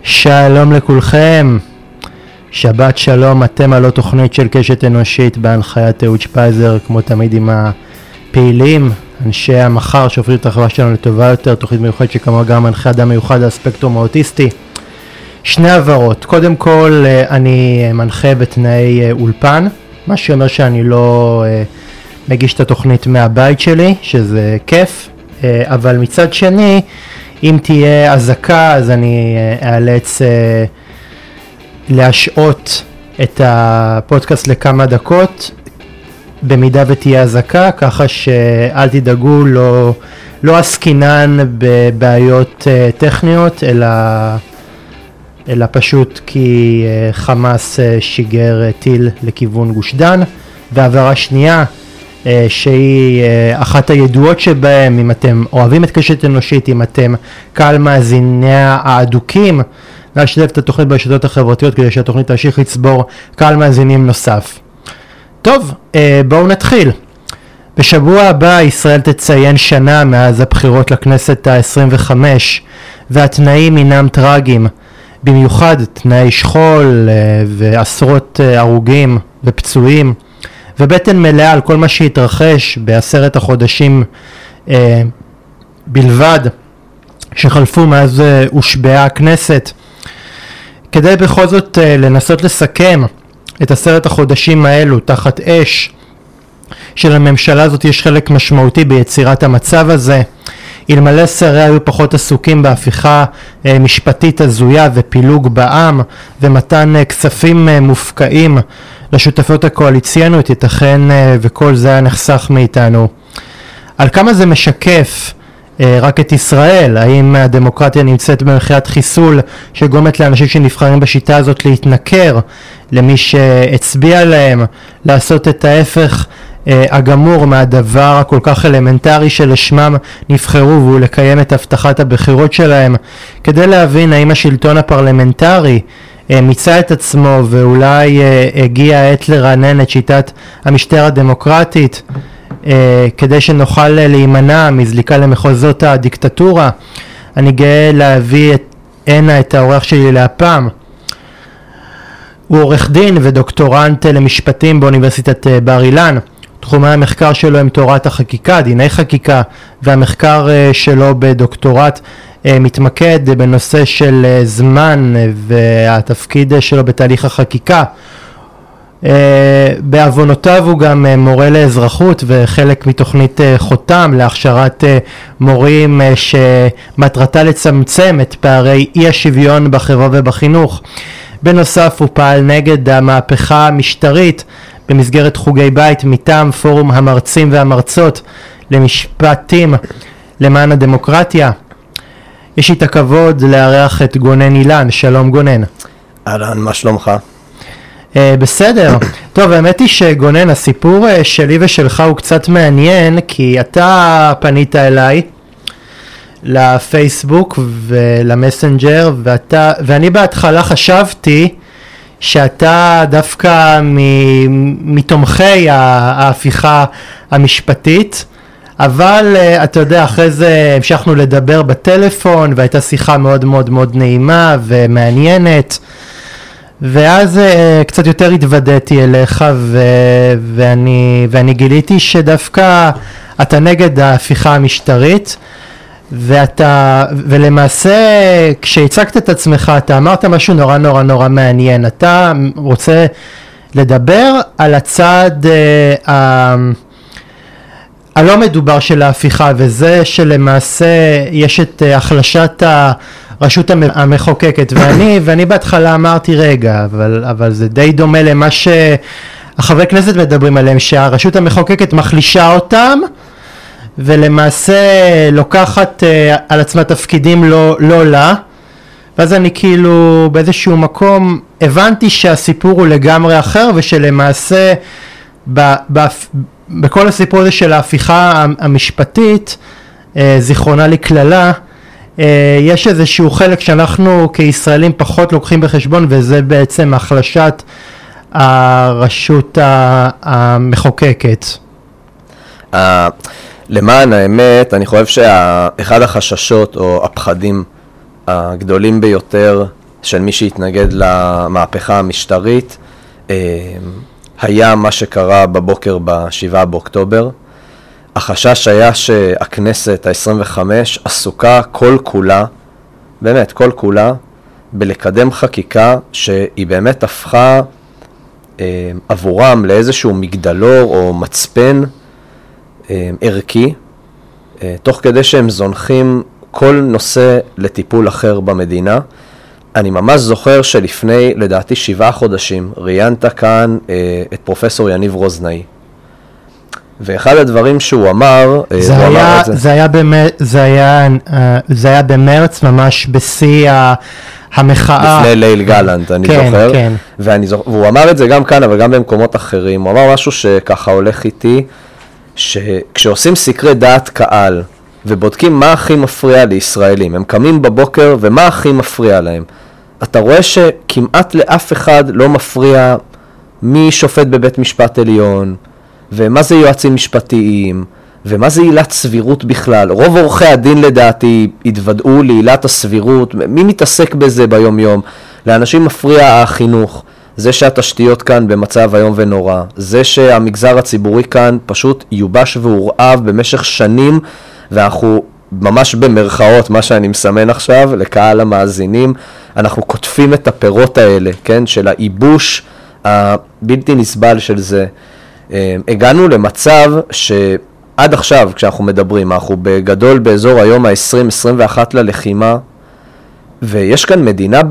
שלום לכולכם, שבת שלום, אתם על תוכנית של קשת אנושית בהנחיית אהוד שפייזר, כמו תמיד עם הפעילים, אנשי המחר שהופכים את החברה שלנו לטובה יותר, תוכנית מיוחדת שכמובן גם מנחה אדם מיוחד על הספקטרום האוטיסטי. שני עברות, קודם כל אני מנחה בתנאי אולפן, מה שאומר שאני לא מגיש את התוכנית מהבית שלי, שזה כיף, אבל מצד שני, אם תהיה הזקה אז אני אאלץ להשעות את הפודקאסט לכמה דקות במידה ותהיה הזקה, ככה שאל תדאגו, לא עסקינן בבעיות טכניות, אלא פשוט כי חמאס שיגר טיל לכיוון גוש דן. והעברה שנייה, שהיא אחת הידועות שבהם, אם אתם אוהבים את קשת אנושית, אם אתם קהל מאזיניה האדוקים, נא לשתף את התוכנית ברשתות החברתיות כדי שהתוכנית תמשיך לצבור קהל מאזינים נוסף. טוב, בואו נתחיל. בשבוע הבא ישראל תציין שנה מאז הבחירות לכנסת ה-25, והתנאים אינם טרגיים, במיוחד תנאי שכול ועשרות הרוגים ופצועים, ובטן מלאה על כל מה שהתרחש ב10 החודשים בלבד שחלפו מאז הושבעה הכנסת. כדי בכל זאת לנסות לסכם את 10 החודשים האלו תחת אש של הממשלה הזאת, יש חלק משמעותי ביצירת המצב הזה. אלמלא שריה היו פחות עסוקים בהפיכה משפטית הזויה ופילוג בעם ומתן כספים מופקעים לשותפות הקואליציוניות, ייתכן וכל זה היה נחסך מאיתנו. על כמה זה משקף רק את ישראל? האם הדמוקרטיה נמצאת במחיית חיסול שגורמת לאנשים שנבחרים בשיטה הזאת להתנכר למי שהצביע להם, לעשות את ההפך הגמור מהדבר הכל כך אלמנטרי שלשמם נבחרו, והוא לקיים את הבטחת הבחירות שלהם? כדי להבין האם השלטון הפרלמנטרי מיצה את עצמו ואולי הגיע העת לרענן את שיטת המשטר הדמוקרטית כדי שנוכל להימנע מזליקה למחוזות הדיקטטורה, אני גאה להביא הנה את האורח שלי להפעם. הוא עורך דין ודוקטורנט למשפטים באוניברסיטת בר אילן. תחומי המחקר שלו הם תורת החקיקה, דיני חקיקה, והמחקר שלו בדוקטורט מתמקד בנושא של זמן והתפקיד שלו בתהליך החקיקה. בעוונותיו הוא גם מורה לאזרחות וחלק מתוכנית חותם להכשרת מורים שמטרתה לצמצם את פערי אי השוויון בחברה ובחינוך. בנוסף הוא פעל נגד המהפכה המשטרית במסגרת חוגי בית מטעם פורום המרצים והמרצות למשפטים למען הדמוקרטיה. יש לי את הכבוד לארח את גונן אילן. שלום גונן. אהלן, מה שלומך? בסדר. טוב, האמת היא שגונן, הסיפור שלי ושלך הוא קצת מעניין, כי אתה פנית אליי לפייסבוק ולמסנג'ר, ואני בהתחלה חשבתי שאתה דווקא מתומכי ההפיכה המשפטית, אבל אתה יודע, אחרי זה המשכנו לדבר בטלפון והייתה שיחה מאוד מאוד מאוד נעימה ומעניינת, ואז קצת יותר התוודעתי אליך ואני גיליתי שדווקא אתה נגד ההפיכה המשטרית, ולמעשה כשהצגת את עצמך אתה אמרת משהו נורא נורא נורא מעניין. אתה רוצה לדבר על הצד הלא מדובר של ההפיכה, וזה שלמעשה יש את החלשת הרשות המחוקקת, ואני בהתחלה אמרתי רגע, אבל זה די דומה למה שהחברי כנסת מדברים עליהם, שהרשות המחוקקת מחלישה אותם ולמעשה לוקחת על עצמה תפקידים לא לה. ואז אני כאילו באיזשהו מקום הבנתי שהסיפור הוא לגמרי אחר, ושלמעשה בכל הסיפור הזה של ההפיכה המשפטית, זיכרונה לכללה, יש איזשהו חלק שאנחנו כישראלים פחות לוקחים בחשבון, וזה בעצם החלשת הרשות המחוקקת. למען האמת, אני חושב שאחד החששות או הפחדים הגדולים ביותר של מי שהתנגד למהפכה המשטרית, היה מה שקרה בבוקר ב-7 באוקטובר. החשש היה שהכנסת ה-25 עסוקה כל כולה, באמת כל כולה, בלקדם חקיקה שהיא באמת הפכה עבורם לאיזשהו מגדלור או מצפן ערכי, תוך כדי שהם זונחים כל נושא לטיפול אחר במדינה. אני ממש זוכר שלפני, לדעתי 7 חודשים, ראיינת כאן את פרופסור יניב רוזנאי. ואחד הדברים שהוא אמר, זה היה במרץ, ממש בשיא המחאה. לפני ליל גלנט, אני זוכר. כן. והוא אמר את זה גם כאן, אבל גם במקומות אחרים. הוא אמר משהו שככה הולך איתי, שכשעושים סקרי דעת קהל, ובודקים מה הכי מפריע לישראלים, הם קמים בבוקר ומה הכי מפריע להם. אתה רואה שכמעט לאף אחד לא מפריע מי שופט בבית משפט עליון, ומה זה יועצים משפטיים, ומה זה עילת סבירות בכלל. רוב עורכי הדין לדעתי התוודעו לעילת הסבירות, מי מתעסק בזה ביום יום? לאנשים מפריע החינוך, זה שהתשתיות כאן במצב היום ונורא, זה שהמגזר הציבורי כאן פשוט יובש והורעב במשך שנים, ואנחנו ממש במרכאות, מה שאני מסמן עכשיו לקהל המאזינים, אנחנו כותפים את הפירות האלה, כן, של הייבוש הבלתי נסבל של זה. הגענו למצב שעד עכשיו, כשאנחנו מדברים, אנחנו בגדול באזור היום ה-20-21 ללחימה, ויש כאן מדינה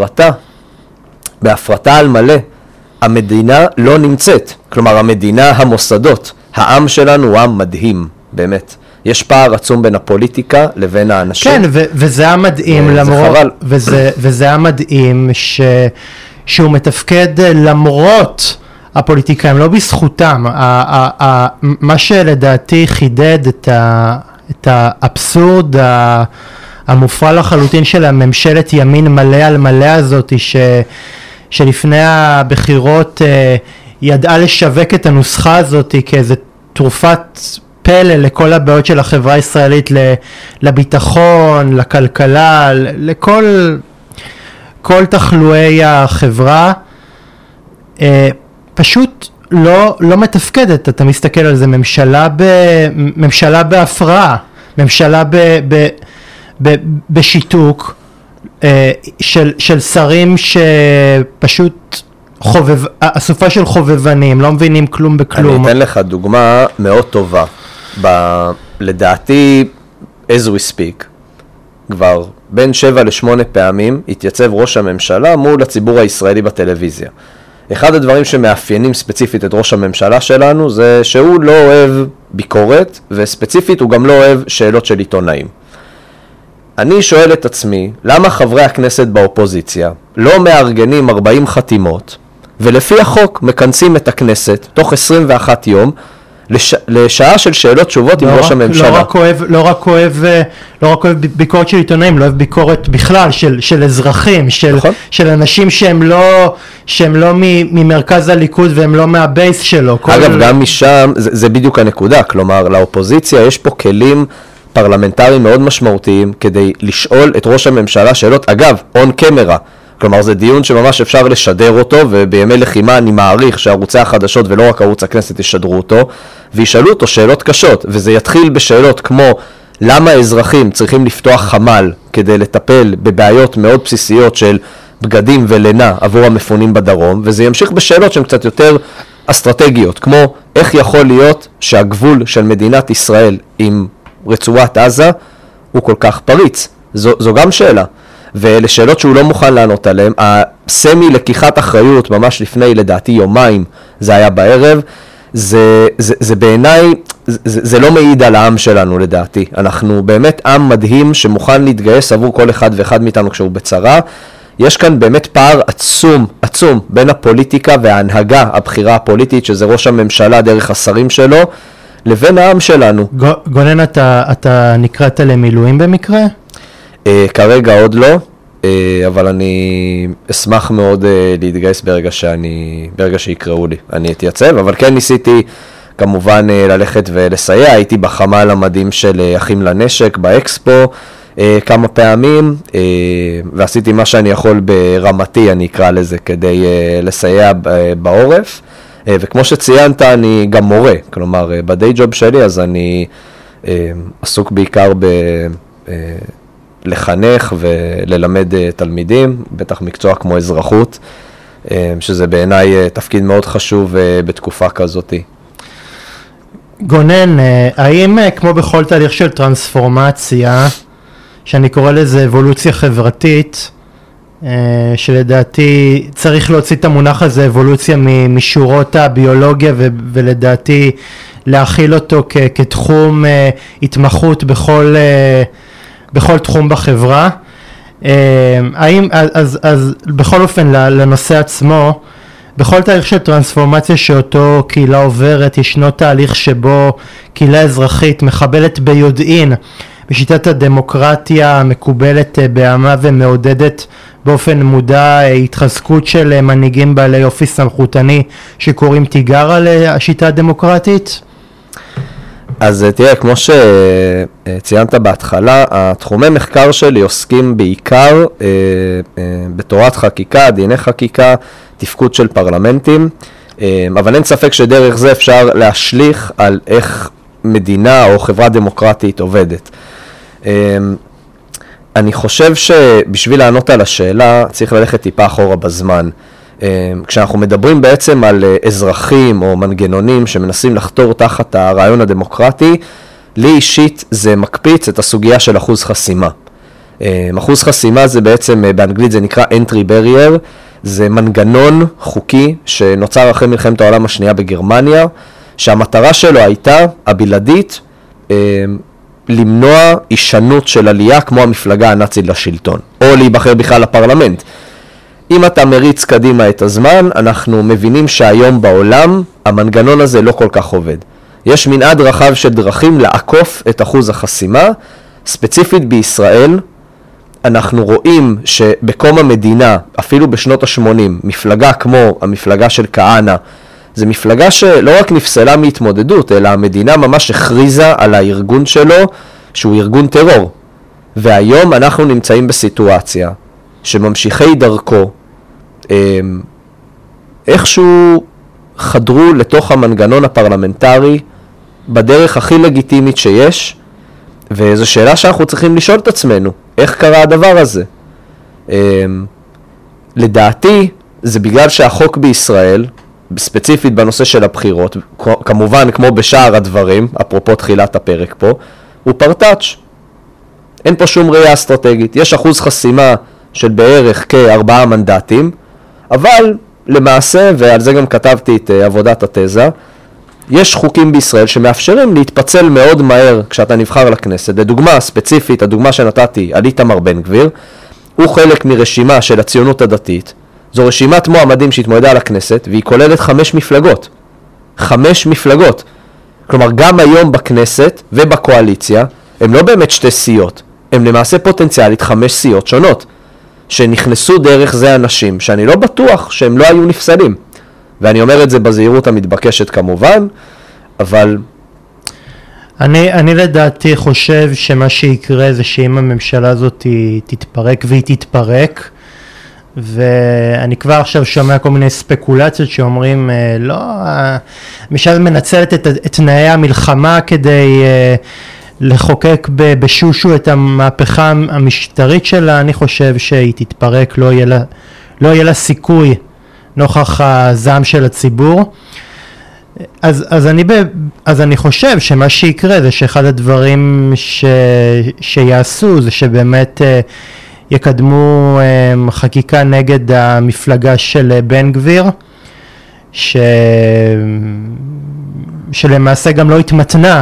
בהפרטה על מלא. המדינה לא נמצאת, כלומר המדינה, המוסדות, העם שלנו הוא עם מדהים, באמת. יש פער עצום בין הפוליטיקה לבין האנשים. כן, וזה היה מדהים, וזה היה מדהים שהוא מתפקד למרות הפוליטיקאים, לא בזכותם. מה שלדעתי חידד את האבסורד המופרע לחלוטין של הממשלת ימין מלא על מלא הזאת, שלפני הבחירות ידעה לשווק את הנוסחה הזאת כאיזו תרופת פלא לכל הבעיות של החברה הישראלית, לביטחון, לכלכלה, לכל תחלואי החברה, פשוט לא מתפקדת. אתה מסתכל על זה, ממשלה בהפרעה, ממשלה בשיתוק, של שרים שפשוט אסופה של חובבנים, לא מבינים כלום בכלום. אני אתן לך דוגמה מאוד טובה. לדעתי, as we speak, כבר בין 7 ל-8 פעמים התייצב ראש הממשלה מול הציבור הישראלי בטלוויזיה. אחד הדברים שמאפיינים ספציפית את ראש הממשלה שלנו זה שהוא לא אוהב ביקורת, וספציפית הוא גם לא אוהב שאלות של עיתונאים. אני שואל את עצמי, למה חברי הכנסת באופוזיציה לא מארגנים 40 חתימות, ולפי החוק מכנסים את הכנסת תוך 21 יום, לשעה של שאלות תשובות עם ראש הממשלה. לא רק אוהב ביקורת של עיתונאים, לא אוהב ביקורת בכלל של אזרחים, של אנשים שהם לא ממרכז הליכוד והם לא מהבייס שלו. אגב, גם משם, זה בדיוק הנקודה, כלומר, לאופוזיציה יש פה כלים פרלמנטריים מאוד משמעותיים כדי לשאול את ראש הממשלה שאלות, אגב, און קמרה, כלומר זה דיון שממש אפשר לשדר אותו, ובימי לחימה אני מעריך שערוצי החדשות ולא רק ערוץ הכנסת ישדרו אותו, וישאלו אותו שאלות קשות, וזה יתחיל בשאלות כמו למה האזרחים צריכים לפתוח חמ"ל כדי לטפל בבעיות מאוד בסיסיות של בגדים ולינה עבור המפונים בדרום, וזה ימשיך בשאלות שהן קצת יותר אסטרטגיות, כמו איך יכול להיות שהגבול של מדינת ישראל עם רצועת עזה הוא כל כך פריץ. זו גם שאלה. ואלה שאלות שהוא לא מוכן לענות עליהן. הסמי לקיחת אחריות, ממש לפני לדעתי יומיים, זה היה בערב, זה בעיניי, זה לא מעיד על העם שלנו לדעתי. אנחנו באמת עם מדהים שמוכן להתגייס עבור כל אחד ואחד מאיתנו כשהוא בצרה. יש כאן באמת פער עצום בין הפוליטיקה וההנהגה, הבחירה הפוליטית, שזה ראש הממשלה דרך השרים שלו, לבין העם שלנו. גונן, אתה נקראת למילואים במקרה? כרגע עוד לא, אבל אני אשמח מאוד להתגייס ברגע שיקראו לי. אני אתייצב, אבל כן ניסיתי כמובן ללכת ולסייע. הייתי בחמ"ל המדהים של אחים לנשק באקספו, כמה פעמים, ועשיתי מה שאני יכול ברמתי, אני אקרא לזה, כדי לסייע בעורף. וכמו שציינת, אני גם מורה, כלומר, בדיי ג'וב שלי, אז אני עסוק בעיקר לחנך וללמד תלמידים, בטח מקצוע כמו אזרחות, שזה בעיניי תפקיד מאוד חשוב בתקופה כזאת. גונן, האם כמו בכל תהליך של טרנספורמציה, שאני קורא לזה אבולוציה חברתית, שלדעתי צריך להוציא את המונח הזה אבולוציה משורות הביולוגיה ולדעתי להכיל אותו כתחום התמחות בכל תחום בחברה. אז בכל אופן לנושא עצמו, בכל תהליך של טרנספורמציה שאותו קהילה עוברת, ישנו תהליך שבו קהילה אזרחית מחבלת ביודעין בשיטת הדמוקרטיה המקובלת בעמה ומעודדת באופן מודע התחזקות של מנהיגים בעלי אופי סמכותני שקוראים תיגר על השיטה הדמוקרטית? אז תראה, כמו שציינת בהתחלה, התחומי מחקר שלי עוסקים בעיקר בתורת חקיקה, דיני חקיקה, תפקוד של פרלמנטים, אבל אין ספק שדרך זה אפשר להשליך על איך מדינה או חברה דמוקרטית עובדת. אני חושב שבשביל לענות על השאלה צריך ללכת טיפה אחורה בזמן. כשאנחנו מדברים בעצם על אזרחים או מנגנונים שמנסים לחתור תחת הרעיון הדמוקרטי, לי אישית זה מקפיץ את הסוגיה של אחוז חסימה. אחוז חסימה זה בעצם, באנגלית זה נקרא entry barrier, זה מנגנון חוקי שנוצר אחרי מלחמת העולם השנייה בגרמניה, שהמטרה שלו הייתה, הבלעדית, למנוע הישנות של עלייה כמו המפלגה הנאצית לשלטון, או להיבחר בכלל לפרלמנט. אם אתה מריץ קדימה את הזמן, אנחנו מבינים שהיום בעולם המנגנון הזה לא כל כך עובד. יש מנעד רחב של דרכים לעקוף את אחוז החסימה. ספציפית בישראל, אנחנו רואים שבקום המדינה, אפילו בשנות ה-80, מפלגה כמו המפלגה של כהנא, זה מפלגה שלא רק נפסלה מהתמודדות, אלא המדינה ממש הכריזה על הארגון שלו שהוא ארגון טרור. והיום אנחנו נמצאים בסיטואציה שממשיכי דרכו איכשהו חדרו לתוך המנגנון הפרלמנטרי בדרך הכי לגיטימית שיש, וזו שאלה שאנחנו צריכים לשאול את עצמנו, איך קרה הדבר הזה? לדעתי זה בגלל שהחוק בישראל, ספציפית בנושא של הבחירות, כמובן כמו בשאר הדברים, אפרופו תחילת הפרק פה, הוא פרטאץ'. אין פה שום ראייה אסטרטגית. יש אחוז חסימה של בערך כ4 מנדטים, אבל למעשה, ועל זה גם כתבתי את עבודת התזה, יש חוקים בישראל שמאפשרים להתפצל מאוד מהר כשאתה נבחר לכנסת. לדוגמה ספציפית, הדוגמה שנתתי על איתמר בן גביר, הוא חלק מרשימה של הציונות הדתית. זו רשימת מועמדים שהתמודדה לכנסת, והיא כוללת 5 מפלגות. 5 מפלגות. כלומר, גם היום בכנסת ובקואליציה, הם לא באמת 2 סיעות. הם למעשה פוטנציאלית 5 סיעות שונות, שנכנסו דרך זה אנשים, שאני לא בטוח שהם לא היו נפסלים. ואני אומר את זה בזהירות המתבקשת כמובן, אבל... אני לדעתי חושב שמה שיקרה זה שאם הממשלה הזאת תתפרק והיא תתפרק, ואני כבר עכשיו שומע כל מיני ספקולציות שאומרים, לא, הממשלה מנצלת את תנאי המלחמה כדי לחוקק בשושו את המהפכה המשטרית שלה. אני חושב שהיא תתפרק, לא יהיה לה סיכוי נוכח הזעם של הציבור. אז אני חושב שמה שיקרה זה שאחד הדברים שיעשו זה שבאמת יקדמו חקיקה נגד המפלגה של בן גביר, שלמעשה גם לא התמתנה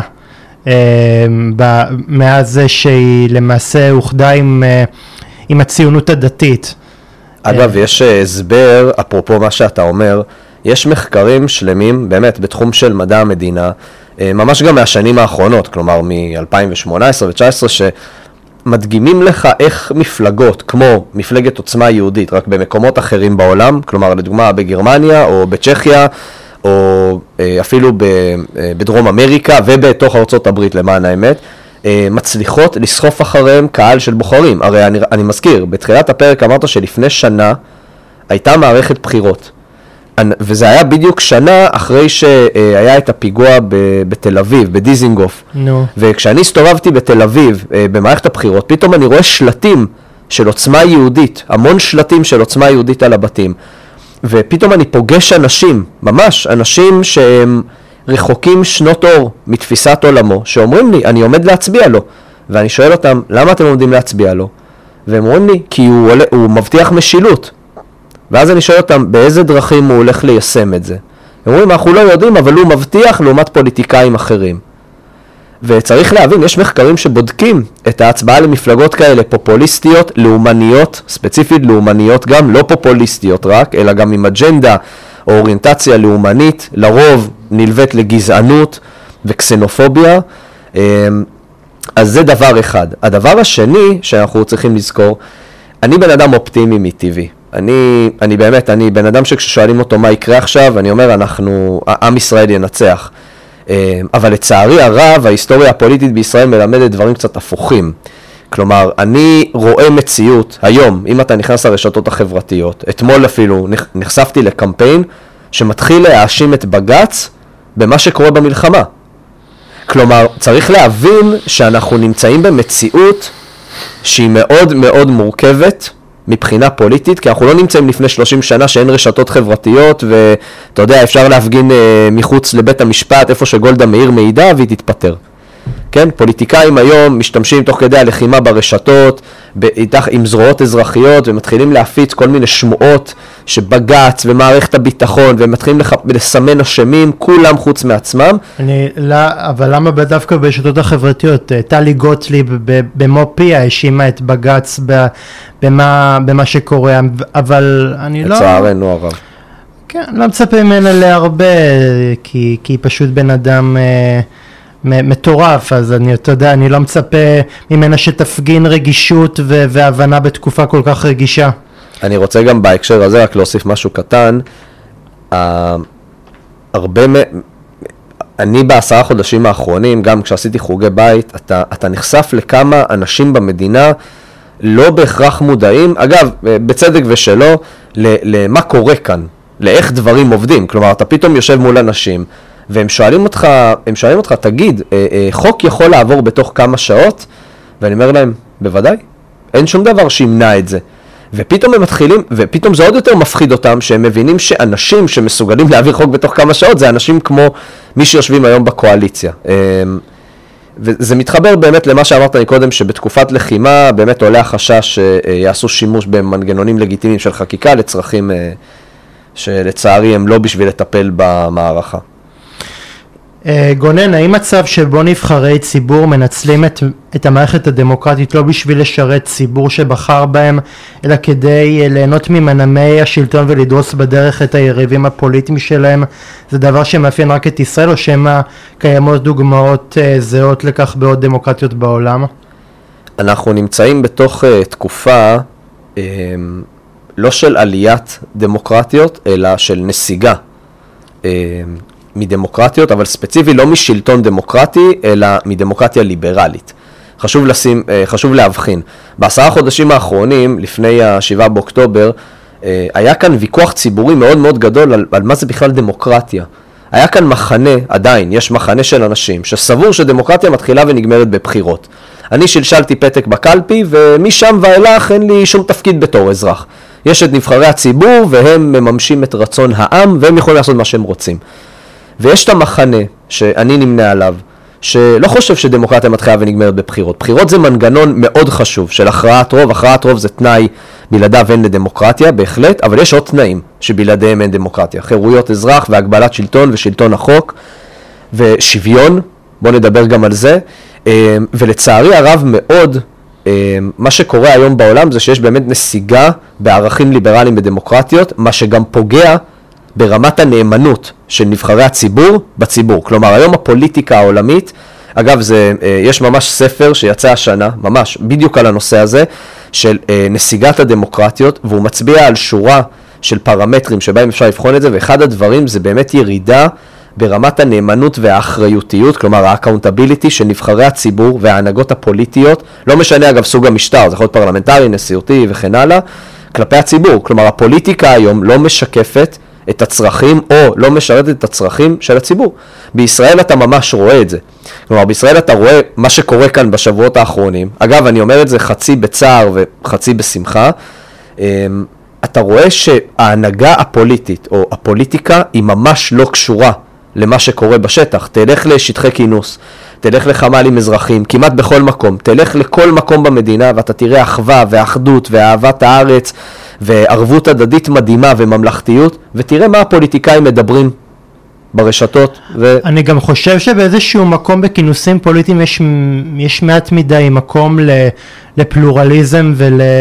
מאז שהיא למעשה הוחדה עם הציונות הדתית. אגב, יש הסבר, אפרופו מה שאתה אומר, יש מחקרים שלמים, באמת, בתחום של מדע המדינה, ממש גם מהשנים האחרונות, כלומר מ-2018 ו-2019, שמדגימים לך איך מפלגות, כמו מפלגת עוצמה יהודית, רק במקומות אחרים בעולם, כלומר לדוגמה בגרמניה או בצ'כיה, או אפילו בדרום אמריקה ובתוך ארצות הברית למען האמת, מצליחות לסחוף אחריהם קהל של בוחרים. הרי אני מזכיר, בתחילת הפרק אמרת שלפני שנה הייתה מערכת בחירות. וזה היה בדיוק שנה אחרי שהיה את הפיגוע בתל אביב, בדיזינגוף. וכשאני הסתובבתי בתל אביב במערכת הבחירות, פתאום אני רואה שלטים של עוצמה יהודית, המון שלטים של עוצמה יהודית על הבתים. ופתאום אני פוגש אנשים, ממש אנשים שהם רחוקים שנות אור מתפיסת עולמו, שאומרים לי, אני עומד להצביע לו. ואני שואל אותם, למה אתם עומדים להצביע לו? והם אומרים לי, כי הוא מבטיח משילות. ואז אני שואל אותם, באיזה דרכים הוא הולך ליישם את זה? הם אומרים, אנחנו לא יודעים, אבל הוא מבטיח לעומת פוליטיקאים אחרים. וצריך להבין, יש מחקרים שבודקים את ההצבעה למפלגות כאלה פופוליסטיות, לאומניות, ספציפית לאומניות גם, לא פופוליסטיות רק, אלא גם עם אג'נדה או אוריינטציה לאומנית, לרוב נלווית לגזענות וקסנופוביה. אז זה דבר אחד. הדבר השני שאנחנו צריכים לזכור, אני בן אדם אופטימי מטבעי. אני באמת, אני בן אדם שכששואלים אותו מה יקרה עכשיו, אני אומר, עם ישראל ינצח. אבל לצערי הרב, ההיסטוריה הפוליטית בישראל מלמדת דברים קצת הפוכים. כלומר, אני רואה מציאות, היום, אם אתה נכנס לרשתות החברתיות, אתמול אפילו נחשפתי לקמפיין שמתחיל להאשים את בג"ץ במה שקורה במלחמה. כלומר, צריך להבין שאנחנו נמצאים במציאות שהיא מאוד מאוד מורכבת מבחינה פוליטית, כי אנחנו לא נמצאים לפני 30 שנה שאין רשתות חברתיות, ואתה יודע, אפשר להפגין מחוץ לבית המשפט, איפה שגולדה מאיר מעידה, והיא תתפטר. כן? פוליטיקאים היום משתמשים תוך כדי הלחימה ברשתות, עם זרועות אזרחיות, ומתחילים להפיץ כל מיני שמועות שבג"ץ ומערכת הביטחון, ומתחילים לסמן אשמים, כולם חוץ מעצמם. אבל למה דווקא ברשתות החברתיות? טלי גוטליב במו פיה האשימה את בג"ץ במה שקורה, אבל אני לא... לצערנו הרב. כן, לא מצפה ממנה להרבה, כי היא פשוט בן אדם... מטורף, אז אתה יודע, אני לא מצפה ממנה שתפגין רגישות והבנה בתקופה כל כך רגישה. אני רוצה גם בהקשר הזה רק להוסיף משהו קטן. אני ב10 חודשים האחרונים, גם כשעשיתי חוגי בית, אתה נחשף לכמה אנשים במדינה לא בהכרח מודעים, אגב, בצדק ושלא, למה קורה כאן, לאיך דברים עובדים. כלומר, אתה פתאום יושב מול אנשים, והם שואלים אותך, תגיד, חוק יכול לעבור בתוך כמה שעות? ואני אומר להם, בוודאי, אין שום דבר שימנע את זה. ופתאום הם מתחילים, ופתאום זה עוד יותר מפחיד אותם, שהם מבינים שאנשים שמסוגלים להעביר חוק בתוך כמה שעות, זה אנשים כמו מי שיושבים היום בקואליציה. וזה מתחבר באמת למה שאמרת לי קודם, שבתקופת לחימה באמת עולה החשש שיעשו שימוש במנגנונים לגיטימיים של חקיקה, לצרכים שלצערי הם לא בשביל לטפל במערכה. גונן, האם מצב שבו נבחרי ציבור מנצלים את המערכת הדמוקרטית לא בשביל לשרת ציבור שבחר בהם, אלא כדי ליהנות ממנעמי השלטון ולדרוס בדרך את היריבים הפוליטיים שלהם, זה דבר שמאפיין רק את ישראל, או שמה קיימות דוגמאות זהות לכך בעוד דמוקרטיות בעולם? אנחנו נמצאים בתוך תקופה לא של עליית דמוקרטיות, אלא של נסיגה מדמוקרטיות, אבל ספציפי לא משלטון דמוקרטי, אלא מדמוקרטיה ליברלית. חשוב להבחין. ב10 חודשים האחרונים, לפני ה7 באוקטובר, היה כאן ויכוח ציבורי מאוד מאוד גדול על מה זה בכלל דמוקרטיה. היה כאן מחנה, עדיין, יש מחנה של אנשים, שסבור שדמוקרטיה מתחילה ונגמרת בבחירות. אני שלשלתי פתק בקלפי, ומשם ואילך אין לי שום תפקיד בתור אזרח. יש את נבחרי הציבור, והם מממשים את רצון העם, והם יכולים לעשות מה שהם רוצים. ויש את המחנה שאני נמנה עליו, שלא חושב שדמוקרטיה מתחילה ונגמרת בבחירות. בחירות זה מנגנון מאוד חשוב של הכרעת רוב. הכרעת רוב זה תנאי בלעדיו אין לדמוקרטיה, בהחלט, אבל יש עוד תנאים שבלעדיהם אין דמוקרטיה. חירויות אזרח והגבלת שלטון ושלטון החוק ושוויון, בוא נדבר גם על זה. ולצערי הרב מאוד, מה שקורה היום בעולם זה שיש באמת נסיגה בערכים ליברליים בדמוקרטיות, מה שגם פוגע ברמת הנאמנות של נבחרי הציבור בציבור. כלומר, היום הפוליטיקה העולמית, אגב, יש ממש ספר שיצא השנה, ממש, בדיוק על הנושא הזה, של נסיגת הדמוקרטיות, והוא מצביע על שורה של פרמטרים שבהם אפשר לבחון את זה, ואחד הדברים זה באמת ירידה ברמת הנאמנות והאחריותיות, כלומר האקאונטביליטי של נבחרי הציבור וההנהגות הפוליטיות, לא משנה אגב סוג המשטר, זה יכול להיות פרלמנטרי, נשיאותי וכן הלאה, כלפי הציבור. כלומר הפוליטיקה היום לא משקפת את הצרכים או לא משרת את הצרכים של הציבור. בישראל אתה ממש רואה את זה. כלומר בישראל אתה רואה מה שקורה כאן בשבועות האחרונים. אגב אני אומר את זה חצי בצער וחצי בשמחה. אתה רואה שההנהגה הפוליטית או הפוליטיקה היא ממש לא קשורה למה שקורה בשטח. תלך לשטחי כינוס, תלך לחמ"לים אזרחים, כמעט בכל מקום, תלך לכל מקום במדינה ואתה תראה אחווה ואחדות ואהבת הארץ וערבות הדדית מדהימה וממלכתיות, ותראה מה הפוליטיקאים מדברים ברשתות. אני גם חושב שבאיזשהו מקום בכינוסים פוליטיים יש מעט מדי מקום לפלורליזם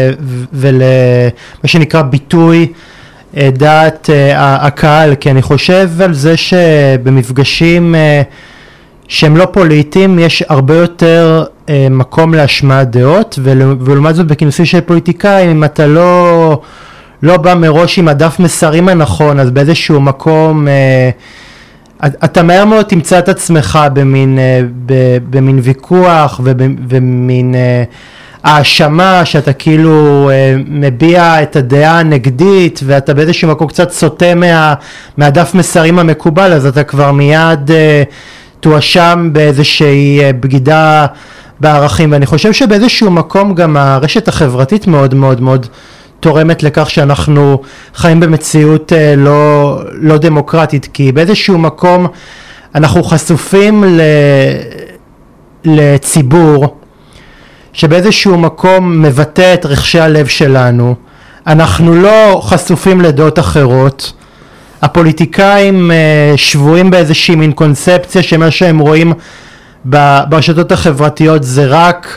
מה שנקרא ביטוי דעת הקהל, כי אני חושב על זה שבמפגשים שהם לא פוליטיים יש הרבה יותר מקום להשמעת דעות, ולעומת זאת בכינוסים של פוליטיקאים אם אתה לא בא מראש עם הדף מסרים הנכון, אז באיזשהו מקום אתה מהר מאוד תמצא את עצמך במין ויכוח ובמין האשמה שאתה כאילו מביע את הדעה הנגדית, ואתה באיזשהו מקום קצת סוטה מהדף מסרים המקובל, אז אתה כבר מיד תואשם באיזושהי בגידה בערכים. ואני חושב שבאיזשהו מקום גם הרשת החברתית מאוד מאוד מאוד תורמת לכך שאנחנו חיים במציאות לא דמוקרטית, כי באיזשהו מקום אנחנו חשופים לציבור שבאיזשהו מקום מבטא את רחשי הלב שלנו. אנחנו לא חשופים לדעות אחרות. הפוליטיקאים שבויים באיזושהי מין קונספציה שמה שהם רואים ברשתות החברתיות זה רק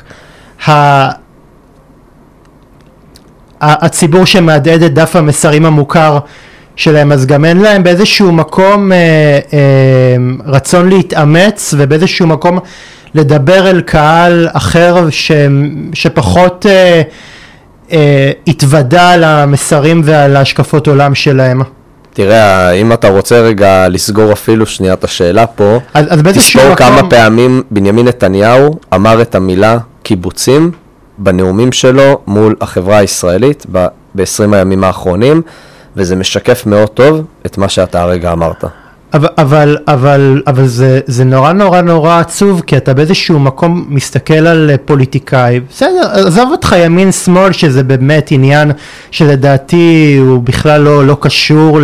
הציבור שמעדד את דף המסרים המוכר שלהם, אז גם אין להם באיזשהו מקום רצון להתאמץ ובאיזשהו מקום לדבר אל קהל אחר שפחות התוודע על המסרים ועל השקפות עולם שלהם. תראה, אם אתה רוצה רגע לסגור אפילו שנייה את השאלה פה, אז תספור כמה פעמים בנימין נתניהו אמר את המילה קיבוצים בנאומים שלו מול החברה הישראלית ב-20 הימים האחרונים, וזה משקף מאוד טוב את מה שאתה הרגע אמרת. אבל זה נורא נורא נורא עצוב, כי אתה באיזשהו מקום מסתכל על פוליטיקאי, בסדר, עזוב אותך ימין שמאל שזה באמת עניין שלדעתי הוא בכלל לא קשור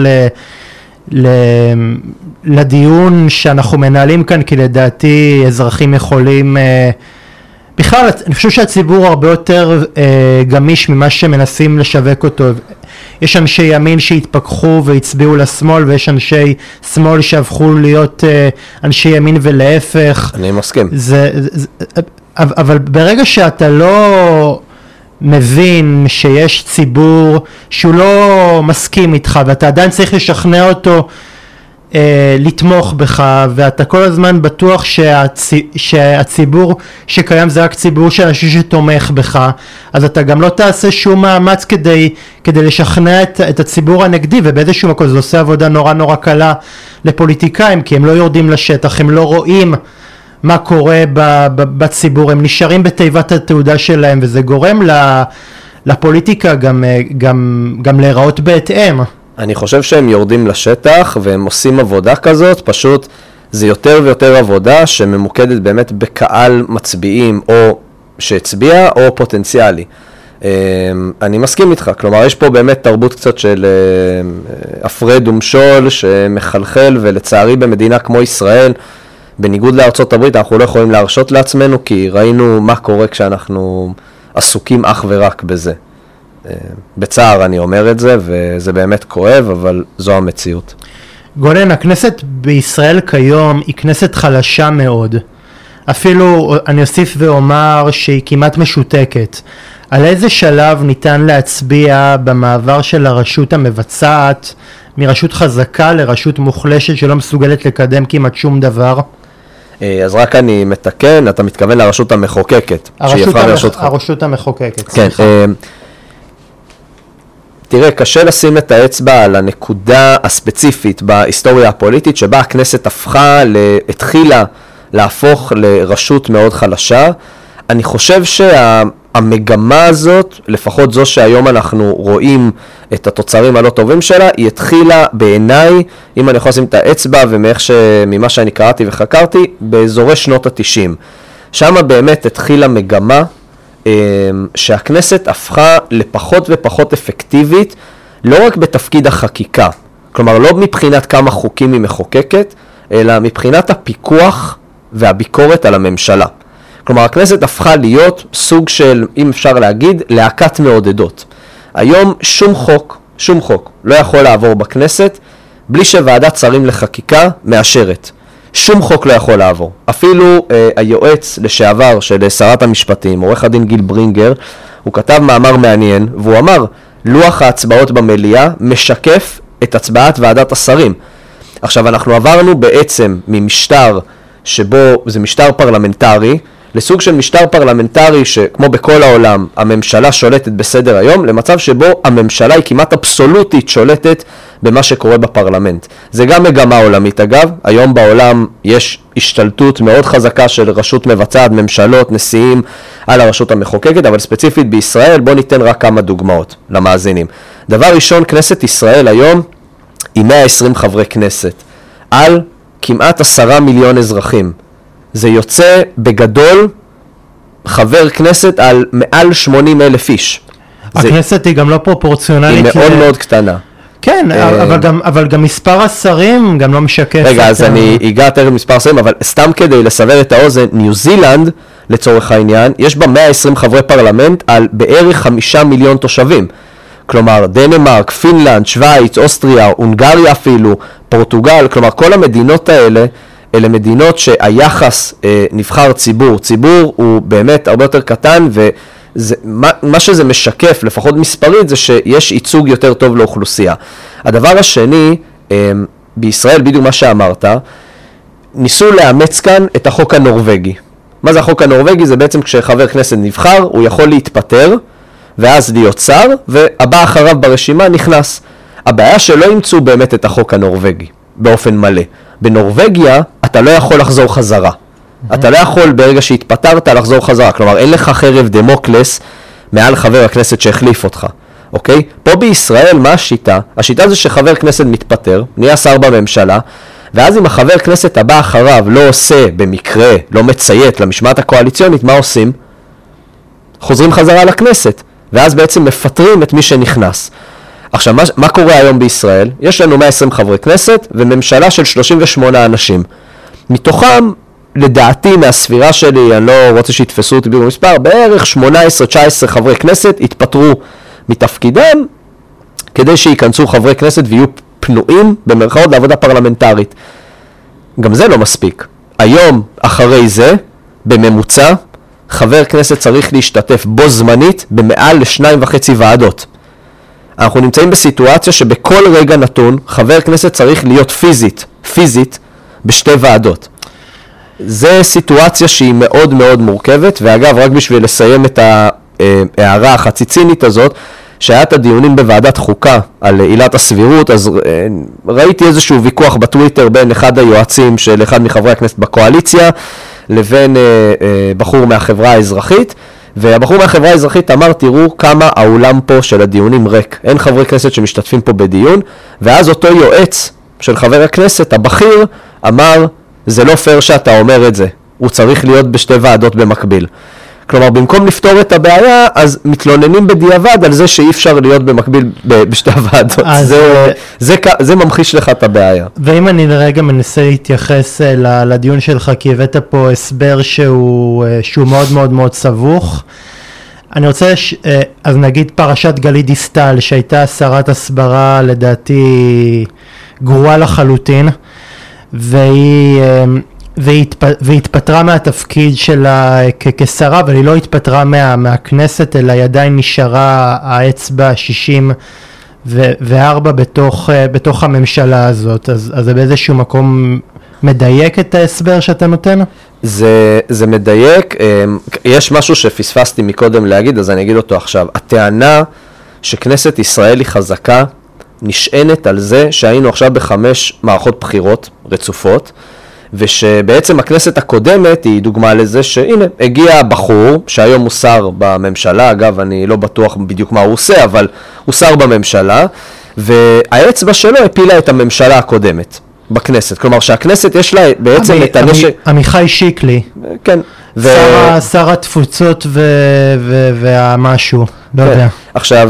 לדיון שאנחנו מנהלים כאן, כי לדעתי אזרחים יכולים בכלל, אני חושב שהציבור הרבה יותר גמיש ממה שמנסים לשווק אותו. יש אנשי ימין שהתפכחו והצביעו לשמאל, ויש אנשי שמאל שהפכו להיות אנשי ימין ולהפך. אני מסכים. אבל ברגע שאתה לא מבין שיש ציבור שהוא לא מסכים איתך, ואתה עדיין צריך לשכנע אותו לתמוך בך, ואתה כל הזמן בטוח שהציבור שקיים זה רק ציבור של אנשים שתומך בך, אז אתה גם לא תעשה שום מאמץ כדי לשכנע את הציבור הנגדי, ובאיזשהו מקום זה עושה עבודה נורא נורא קלה לפוליטיקאים, כי הם לא יורדים לשטח, הם לא רואים מה קורה בציבור, הם נשארים בתיבת התעודה שלהם, וזה גורם לפוליטיקה גם להיראות בהתאם. אני חושב שהם יורדים לשטח והם עושים עבודה כזאת, פשוט זה יותר ויותר עבודה שממוקדת באמת בקהל מצביעים או שהצביע או פוטנציאלי. אני מסכים איתך, כלומר יש פה באמת תרבות קצת של הפרד ומשול שמחלחל, ולצערי במדינה כמו ישראל, בניגוד לארצות הברית, אנחנו לא יכולים להרשות לעצמנו, כי ראינו מה קורה כשאנחנו עסוקים אך ורק בזה. בצער אני אומר את זה, וזה באמת כואב, אבל זו המציאות. גולן, הכנסת בישראל כיום היא כנסת חלשה מאוד. אפילו אני אוסיף ואומר שהיא כמעט משותקת. על איזה שלב ניתן להצביע במעבר של הרשות המבצעת מרשות חזקה לרשות מוחלשת שלא מסוגלת לקדם כמעט שום דבר? אז רק אני מתקן, אתה מתכוון לרשות המחוקקת. הרשות המחוקקת, כן, תראה, קשה לשים את האצבע על הנקודה הספציפית בהיסטוריה הפוליטית, שבה הכנסת התחילה להפוך לרשות מאוד חלשה. אני חושב שהמגמה הזאת, לפחות זו שהיום אנחנו רואים את התוצרים הלא טובים שלה, היא התחילה בעיניי, אם אני יכול לשים את האצבע וממה שאני קראתי וחקרתי, באזורי שנות ה-90. שם באמת התחילה מגמה שהכנסת הפכה לפחות ופחות אפקטיבית, לא רק בתפקיד החקיקה, כלומר לא מבחינת כמה חוקים היא מחוקקת, אלא מבחינת הפיקוח והביקורת על הממשלה. כלומר הכנסת הפכה להיות סוג של, אם אפשר להגיד, להקת מעודדות. היום שום חוק לא יכול לעבור בכנסת בלי שוועדת שרים לחקיקה מאשרת. שום חוק לא יכול לעבור. אפילו היועץ לשעבר של שרת המשפטים, עורך הדין גיל ברינגר, הוא כתב מאמר מעניין, והוא אמר, לוח ההצבעות במליאה משקף את הצבעת ועדת השרים. עכשיו, אנחנו עברנו בעצם ממשטר שבו זה משטר פרלמנטרי, לסוג של משטר פרלמנטרי שכמו בכל העולם הממשלה שולטת בסדר היום, למצב שבו הממשלה היא כמעט אבסולוטית שולטת במה שקורה בפרלמנט. זה גם מגמה עולמית אגב, היום בעולם יש השתלטות מאוד חזקה של רשות מבצעת, ממשלות, נשיאים על הרשות המחוקקת, אבל ספציפית בישראל בוא ניתן רק כמה דוגמאות למאזינים. דבר ראשון, כנסת ישראל היום היא 120 חברי כנסת, על כמעט 10 מיליון אזרחים. זה יוצא בגדול חבר כנסת על מעל 80,000 איש. הכנסת היא גם לא פרופורציונלית. היא מאוד מאוד קטנה. כן, אבל גם מספר השרים גם לא משקף. רגע, אז אני אגע תכף מספר השרים, אבל סתם כדי לסבר את האוזן, ניו זילנד, לצורך העניין, יש בה 120 חברי פרלמנט על בערך 5 מיליון תושבים. כלומר, דנמרק, פינלנד, שוויץ, אוסטריה, הונגריה אפילו, פורטוגל, כלומר, כל המדינות האלה, אלה מדינות שהיחס נבחר ציבור הוא באמת הרבה יותר קטן, ומה שזה משקף, לפחות מספרית, זה שיש ייצוג יותר טוב לאוכלוסייה. הדבר השני, בישראל, בדיוק מה שאמרת, ניסו לאמץ כאן את החוק הנורווגי. מה זה החוק הנורווגי? זה בעצם כשחבר כנסת נבחר, הוא יכול להתפטר, ואז להיות שר, והבא אחריו ברשימה נכנס. הבעיה שלא ימצאו באמת את החוק הנורווגי, באופן מלא. בנורווגיה אתה לא יכול לחזור חזרה. אתה לא יכול ברגע שהתפטרת לחזור חזרה. כלומר, אין לך חרב דמוקלס מעל חבר הכנסת שהחליף אותך. אוקיי? פה בישראל, מה השיטה? השיטה זה שחבר כנסת מתפטר, נהיה שר בממשלה, ואז אם החבר כנסת הבא אחריו לא עושה במקרה, לא מציית למשמעת הקואליציונית, מה עושים? חוזרים חזרה לכנסת, ואז בעצם מפטרים את מי שנכנס. עכשיו, מה קורה היום בישראל? יש לנו 120 חברי כנסת וממשלה של 38 אנשים. מתוכם, לדעתי, מהספירה שלי, אני לא רוצה שיתפסו אותי במספר, בערך 18-19 חברי כנסת התפטרו מתפקידם, כדי שיכנסו חברי כנסת ויהיו פנויים במרכאות לעבודה פרלמנטרית. גם זה לא מספיק. היום, אחרי זה, בממוצע, חבר כנסת צריך להשתתף בו זמנית במעל ל2.5 ועדות. אנחנו נמצאים בסיטואציה שבכל רגע נתון חבר כנסת צריך להיות פיזית בשתי ועדות. זה סיטואציה שהיא מאוד מאוד מורכבת, ואגב רק בשביל לסיים את ההערה החציצינית הזאת, שהיה את הדיונים בוועדת חוקה על עילת הסבירות, אז ראיתי איזשהו ויכוח בטוויטר בין אחד היועצים של אחד מחברי הכנסת בקואליציה, לבין בחור מהחברה האזרחית, והבחור מהחברה האזרחית אמר, תראו כמה האולם פה של הדיונים ריק, אין חברי כנסת שמשתתפים פה בדיון, ואז אותו יועץ של חבר הכנסת הבכיר אמר, זה לא פייר שאתה אומר את זה, הוא צריך להיות בשתי ועדות במקביל. כלומר, במקום לפתור את הבעיה, אז מתלוננים בדיעבד על זה שאי אפשר להיות במקביל בשתי הוועדות. זה ממחיש לך את הבעיה. ואם אני לרגע מנסה להתייחס לדיון שלך, כי הבאת פה הסבר שהוא מאוד מאוד מאוד סבוך, אני רוצה, אז נגיד פרשת גלית דיסטל, שהייתה שרת הסברה לדעתי גרועה לחלוטין, והיא התפטרה מהתפקיד שלה כשרה, אבל היא לא התפטרה מהכנסת, אלא היא עדיין נשארה האצבע 64 בתוך הממשלה הזאת. אז זה באיזשהו מקום מדייק את ההסבר שאתה נותן? זה מדייק. יש משהו שפספסתי מקודם להגיד, אז אני אגיד אותו עכשיו. הטענה שכנסת ישראל היא חזקה, נשענת על זה שהיינו עכשיו ב5 מערכות בחירות רצופות, ושבעצם הכנסת הקודמת היא דוגמה לזה שהנה, הגיע בחור שהיום הוא שר בממשלה, אגב אני לא בטוח בדיוק מה הוא עושה, אבל הוא שר בממשלה, והאצבע שלו הפילה את הממשלה הקודמת בכנסת. כלומר שהכנסת יש לה בעצם את הנשק... עמיחי שיקלי. כן. שר התפוצות והמשהו, לא יודע. עכשיו,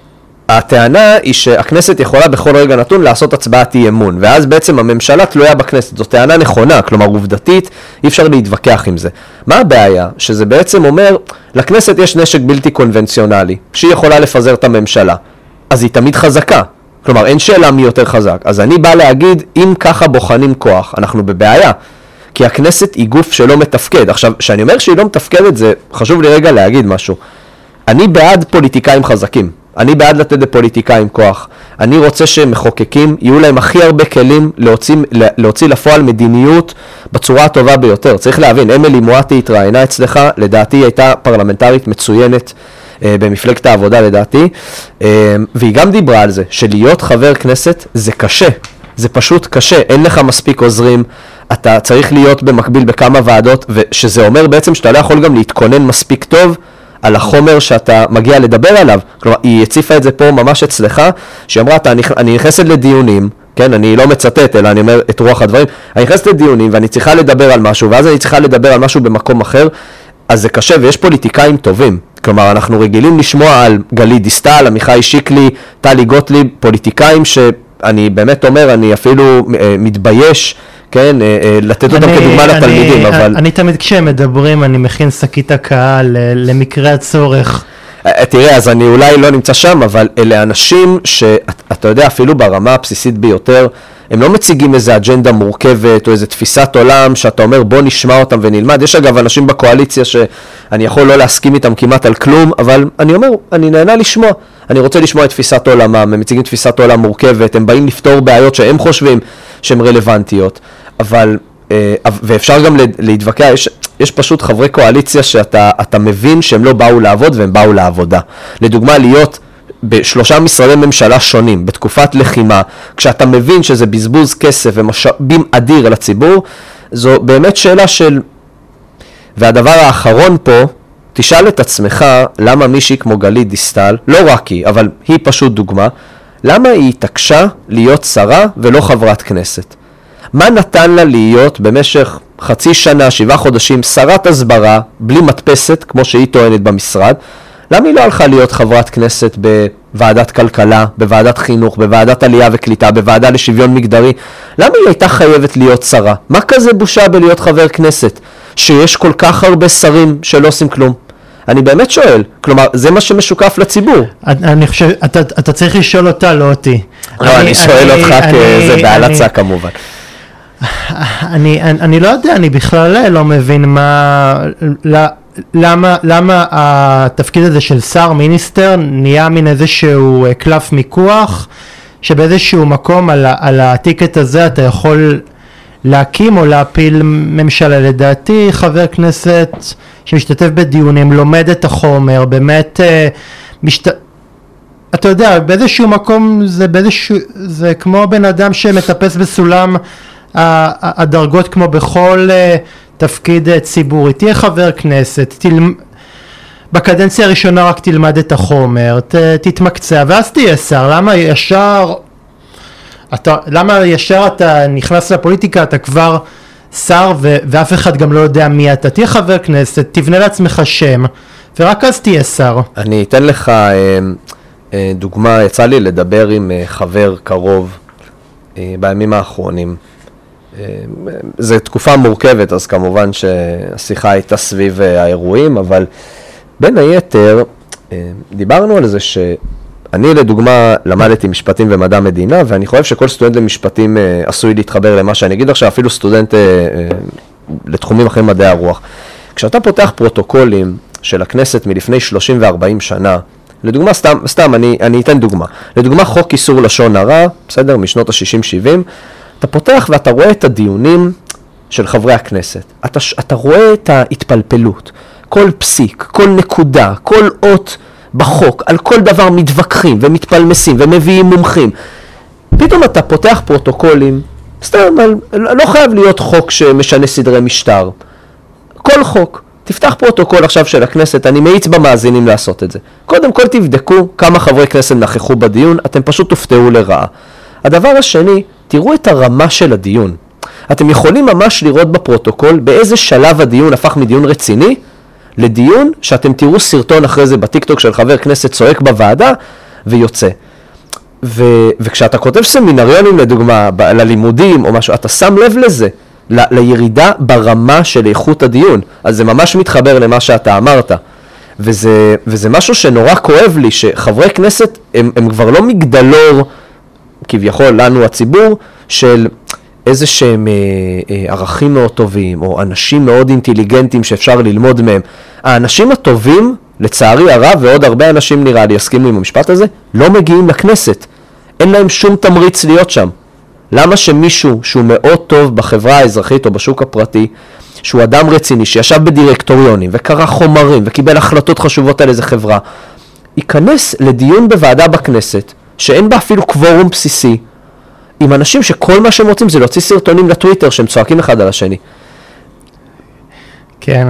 הטענה היא שהכנסת יכולה בכל רגע נתון לעשות הצבעת אי אמון, ואז בעצם הממשלה תלויה בכנסת. זו טענה נכונה, כלומר עובדתית, אי אפשר להתווכח עם זה. מה הבעיה? שזה בעצם אומר, לכנסת יש נשק בלתי קונבנציונלי, שהיא יכולה לפזר את הממשלה, אז היא תמיד חזקה. כלומר, אין שאלה מי יותר חזק. אז אני בא להגיד, אם ככה בוחנים כוח, אנחנו בבעיה. כי הכנסת היא גוף שלא מתפקד. עכשיו, כשאני אומר שהיא לא מתפקדת, זה חשוב לי רגע להגיד משהו. אני בעד פוליטיקאים חזקים. אני בעד לתת לפוליטיקאים כוח. אני רוצה שמחוקקים יהיו להם הכי הרבה כלים להוציא לפועל מדיניות בצורה הטובה ביותר. צריך להבין, אמילי מואטי התראיינה אצלך, לדעתי היא הייתה פרלמנטרית מצוינת במפלגת העבודה לדעתי, והיא גם דיברה על זה, שלהיות חבר כנסת זה קשה. זה פשוט קשה, אין לך מספיק עוזרים, אתה צריך להיות במקביל בכמה ועדות, ושזה אומר בעצם שאתה לא יכול גם להתכונן מספיק טוב על החומר שאתה מגיע לדבר עליו. כלומר, היא הציפה את זה פה ממש אצלך, שהיא אמרה, אני נכנסת לדיונים, כן, אני לא מצטט, אלא אני אומר את רוח הדברים, אני נכנסת לדיונים ואני צריכה לדבר על משהו, ואז אני צריכה לדבר על משהו במקום אחר, אז זה קשה, ויש פוליטיקאים טובים. כלומר, אנחנו רגילים לשמוע על גלית דיסטל, עמיחי שיקלי, טלי גוטליב, פוליטיקאים שאני באמת אומר, אני אפילו מתבייש, כן, לתת אותם כדוגמה לתלמידים, אבל... אני תמיד כשהם מדברים, אני מכין שקית הקהל למקרה הצורך. תראה, אז אני אולי לא נמצא שם, אבל אלה אנשים שאתה יודע, אפילו ברמה הבסיסית ביותר, הם לא מציגים איזו אג'נדה מורכבת או איזו תפיסת עולם שאתה אומר בוא נשמע אותם ונלמד. יש אגב אנשים בקואליציה שאני יכול לא להסכים איתם כמעט על כלום, אבל אני אומר, אני נהנה לשמוע. אני רוצה לשמוע את תפיסת עולמם, הם מציגים תפיסת עולם מורכבת, הם באים לפתור בעיות שהם חושבים שהן רלוונטיות, אבל, ואפשר גם להתווכח, יש פשוט חברי קואליציה שאתה מבין שהם לא באו לעבוד והם באו לעבודה. לדוגמה, להיות בשלושה משרדי ממשלה שונים, בתקופת לחימה, כשאתה מבין שזה בזבוז כסף ומשאבים אדיר לציבור, זו באמת שאלה של... והדבר האחרון פה, תשאל את עצמך למה מישהי כמו גלית דיסטל, לא רק היא, אבל היא פשוט דוגמה, למה היא התעקשה להיות שרה ולא חברת כנסת? מה נתן לה להיות במשך חצי שנה, 7 חודשים, שרת הסברה, בלי מדפסת, כמו שהיא טוענת במשרד? למה היא לא הלכה להיות חברת כנסת בוועדת כלכלה, בוועדת חינוך, בוועדת עלייה וקליטה, בוועדה לשוויון מגדרי? למה היא הייתה חייבת להיות שרה? מה כזה בושה בלהיות חבר כנסת? שיש כל כך הרבה שרים שלא עושים כלום. אני באמת שואל, כלומר, זה מה שמשוקף לציבור. אני חושב, אתה צריך לשאול אותה, לא אותי. אני שואל אותך כזה בהלצה כמובן. אני לא יודע, אני בכלל לא מבין למה התפקיד הזה של שר מיניסטר נהיה מן איזשהו קלף מיקוח, שבאיזשהו מקום על הטיקט הזה אתה יכול להקים או להפיל ממשלה. לדעתי חבר כנסת שמשתתף בדיונים, לומד את החומר, באמת אתה יודע, באיזשהו מקום זה כמו בן אדם שמטפס בסולם הדרגות כמו בכל תפקיד ציבורי. תהיה חבר כנסת, בקדנציה הראשונה רק תלמד את החומר, תתמקצע ואז תהיה שר. למה ישר אתה נכנס לפוליטיקה, אתה כבר שר ואף אחד גם לא יודע מי אתה? תהיה חבר כנסת, תבנה לעצמך שם ורק אז תהיה שר. אני אתן לך דוגמה, יצא לי לדבר עם חבר קרוב בימים האחרונים. זו תקופה מורכבת, אז כמובן שהשיחה הייתה סביב האירועים, אבל בין היתר דיברנו על זה שאני לדוגמה למדתי משפטים ומדע מדינה, ואני חושב שכל סטודנט למשפטים עשוי להתחבר למה שאני אגיד עכשיו, אפילו סטודנט לתחומים אחרים מדעי הרוח. כשאתה פותח פרוטוקולים של הכנסת מלפני 30 ו-40 שנה, לדוגמה, סתם אני אתן דוגמה. לדוגמה, חוק איסור לשון הרע, בסדר, משנות ה-60-70, אתה פותח ואתה רואה את הדיונים של חברי הכנסת. אתה רואה את ההתפלפלות, כל פסיק, כל נקודה, כל אות בחוק, על כל דבר מתווכחים ומתפלמסים ומביאים מומחים. פתאום אתה פותח פרוטוקולים, סתם, לא חייב להיות חוק שמשנה סדרי משטר. כל חוק. תפתח פרוטוקול עכשיו של הכנסת, אני מאיץ במאזינים לעשות את זה. קודם כל תבדקו כמה חברי כנסת נכחו בדיון, אתם פשוט תופתעו לרעה. הדבר השני, תראו את הרמה של הדיון. אתם יכולים ממש לראות בפרוטוקול באיזה שלב הדיון הפך מדיון רציני לדיון שאתם תראו סרטון אחרי זה בטיקטוק של חבר כנסת צועק בוועדה ויוצא. וכשאתה כותב סמינריונים לדוגמה ללימודים או משהו, אתה שם לב לזה, לירידה ברמה של איכות הדיון. אז זה ממש מתחבר למה שאתה אמרת. וזה משהו שנורא כואב לי, שחברי כנסת הם כבר לא מגדלור, כביכול לנו הציבור, של איזה שהם ערכים מאוד טובים, או אנשים מאוד אינטליגנטים שאפשר ללמוד מהם. האנשים הטובים, לצערי הרב, ועוד הרבה אנשים נראה לי יסכימו עם המשפט הזה, לא מגיעים לכנסת. אין להם שום תמריץ להיות שם. למה שמישהו שהוא מאוד טוב בחברה האזרחית או בשוק הפרטי, שהוא אדם רציני, שישב בדירקטוריונים וקרא חומרים וקיבל החלטות חשובות על איזה חברה, ייכנס לדיון בוועדה בכנסת, שאין בה אפילו קוורום בסיסי, עם אנשים שכל מה שהם רוצים זה להוציא סרטונים לטוויטר שהם צועקים אחד על השני. כן.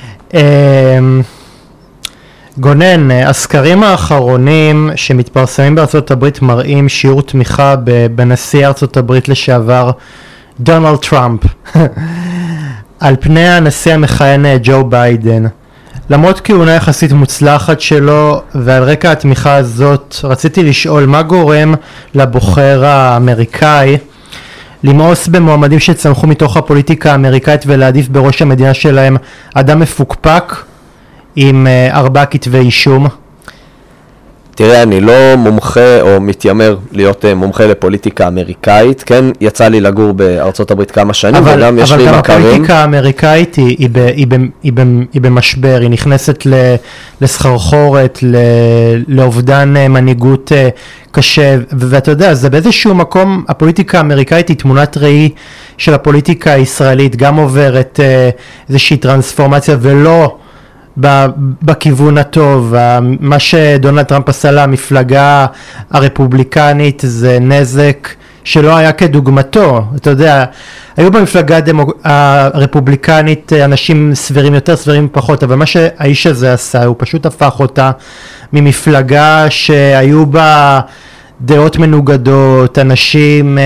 גונן, הסקרים האחרונים שמתפרסמים בארצות הברית מראים שיעור תמיכה בנשיא ארצות הברית לשעבר דונלד טראמפ על פני הנשיא המכהן ג'ו ביידן. למרות כהונה יחסית מוצלחת שלו, ועל רקע התמיכה הזאת רציתי לשאול מה גורם לבוחר האמריקאי למאוס במועמדים שצמחו מתוך הפוליטיקה האמריקאית ולהעדיף בראש המדינה שלהם אדם מפוקפק עם 4 כתבי אישום. תראה, אני לא מומחה או מתיימר להיות מומחה לפוליטיקה אמריקאית, כן, יצא לי לגור בארצות הברית כמה שנים, וגם יש לי מכרים. אבל גם הפוליטיקה האמריקאית היא במשבר, היא נכנסת לסחרחורת, לאובדן מנהיגות קשה, ואתה יודע, זה באיזשהו מקום, הפוליטיקה האמריקאית היא תמונת ראי של הפוליטיקה הישראלית, גם עוברת איזושהי טרנספורמציה ולא בכיוון הטוב. מה שדונלד טראמפ עשה למפלגה הרפובליקנית זה נזק שלא היה כדוגמתו. אתה יודע, היו במפלגה הרפובליקנית אנשים סבירים יותר, סבירים פחות, אבל מה שהאיש הזה עשה, הוא פשוט הפך אותה ממפלגה שהיו בה דעות מנוגדות, אנשים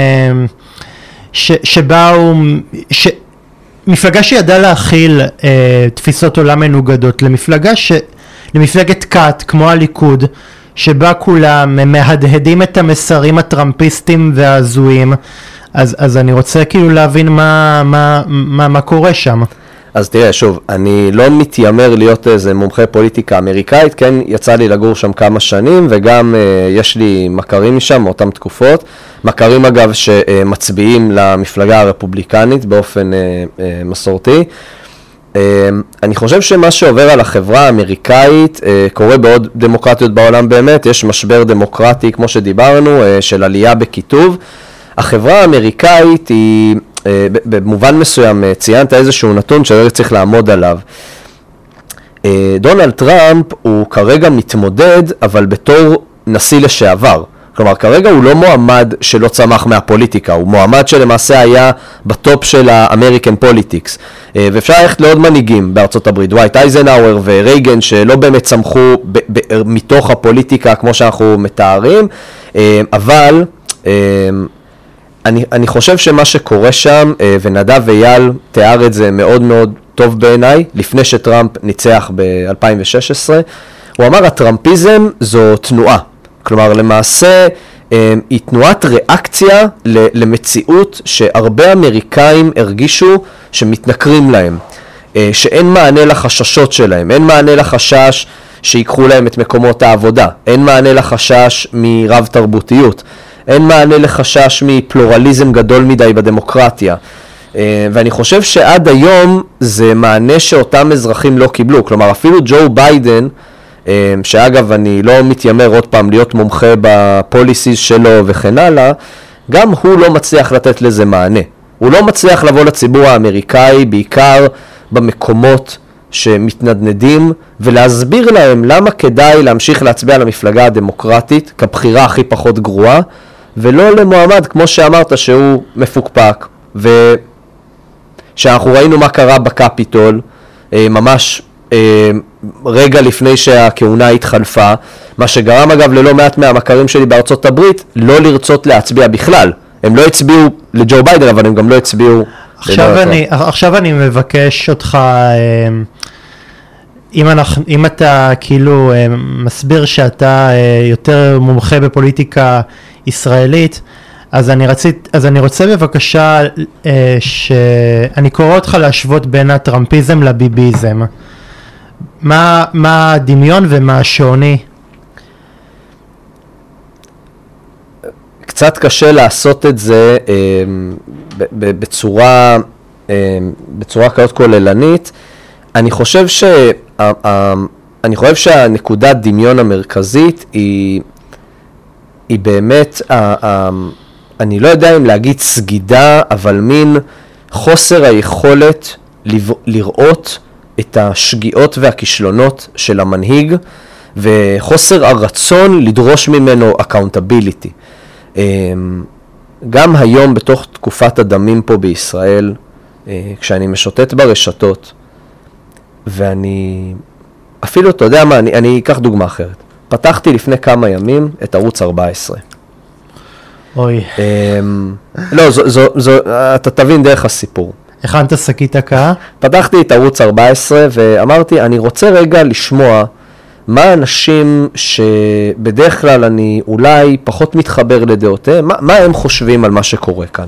שבאו, מפלגה שידעה להכיל תפיסות עולם מנוגדות למפלגת קאט כמו הליכוד, שבה כולם מהדהדים את המסרים הטראמפיסטים והזויים. אז אני רוצה כאילו להבין מה קורה שם. אז תראה, שוב, אני לא מתיימר להיות איזה מומחה פוליטיקה אמריקאית, כן, יצא לי לגור שם כמה שנים, וגם יש לי מכרים משם מאותן תקופות, מכרים אגב שמצביעים למפלגה הרפובליקנית באופן מסורתי. אני חושב שמה שעובר על החברה האמריקאית קורה בעוד דמוקרטיות בעולם באמת, יש משבר דמוקרטי כמו שדיברנו, של עלייה בכיתוב. החברה האמריקאית היא במובן מסוים, ציינת איזשהו נתון שלא צריך לעמוד עליו. דונלד טראמפ הוא כרגע מתמודד, אבל בתור נשיא לשעבר. כלומר, כרגע הוא לא מועמד שלא צמח מהפוליטיקה, הוא מועמד שלמעשה היה בטופ של האמריקן פוליטיקס. ואפשר ללכת לעוד מנהיגים בארצות הברית, דווייט אייזנהאואר ורייגן, שלא באמת צמחו מתוך הפוליטיקה כמו שאנחנו מתארים, אבל אני חושב שמה שקורה שם, ונדב אייל תיאר את זה מאוד מאוד טוב בעיניי, לפני שטראמפ ניצח ב-2016, הוא אמר, הטראמפיזם זו תנועה. כלומר, למעשה, היא תנועת ריאקציה למציאות שהרבה אמריקאים הרגישו שמתנכרים להם, שאין מענה לחששות שלהם, אין מענה לחשש שיקחו להם את מקומות העבודה, אין מענה לחשש מרב תרבותיות, אין מענה לחשש מפלורליזם גדול מדי בדמוקרטיה. ואני חושב שעד היום זה מענה שאותם אזרחים לא קיבלו. כלומר, אפילו ג'ו ביידן, שאגב אני לא מתיימר עוד פעם להיות מומחה בפוליסיס שלו וכן הלאה, גם הוא לא מצליח לתת לזה מענה. הוא לא מצליח לבוא לציבור האמריקאי, בעיקר במקומות שמתנדנדים ולהסביר להם למה כדאי להמשיך להצביע למפלגה הדמוקרטית כבחירה הכי פחות גרועה, ולא למועמד כמו שאמרת שהוא מפוקפק, ושאנחנו ראינו מה קרה בקפיטול, ממש רגע לפני שהכהונה התחלפה, מה שגרם אגב ללא מעט מהמכרים שלי בארצות הברית לא לרצות להצביע בכלל. הם לא הצביעו לג'ו ביידן, אבל הם גם לא הצביעו... עכשיו אני מבקש אותך, אם אתה כאילו מסביר שאתה יותר מומחה בפוליטיקה ישראלית, אז אני רוצה בבקשה שאני קורא אותך להשוות בין הטראמפיזם לביביזם. מה הדמיון ומה השוני? קצת קשה לעשות את זה בצורה כזאת כוללנית. אני חושב שהנקודת דמיון המרכזית היא באמת, אני לא יודע אם להגיד סגידה, אבל מין חוסר היכולת לראות את השגיאות והכישלונות של המנהיג, וחוסר הרצון לדרוש ממנו accountability. גם היום בתוך תקופת הדמים פה בישראל, כשאני משוטט ברשתות, ואני, אפילו אתה יודע מה, אני אקח דוגמה אחרת. פתחתי לפני כמה ימים את ערוץ 14. אוי. לא, אתה תבין דרך הסיפור. הכנת שקית הקאה? פתחתי את ערוץ 14 ואמרתי, אני רוצה רגע לשמוע מה אנשים שבדרך כלל אני אולי פחות מתחבר לדעותיהם, מה הם חושבים על מה שקורה כאן.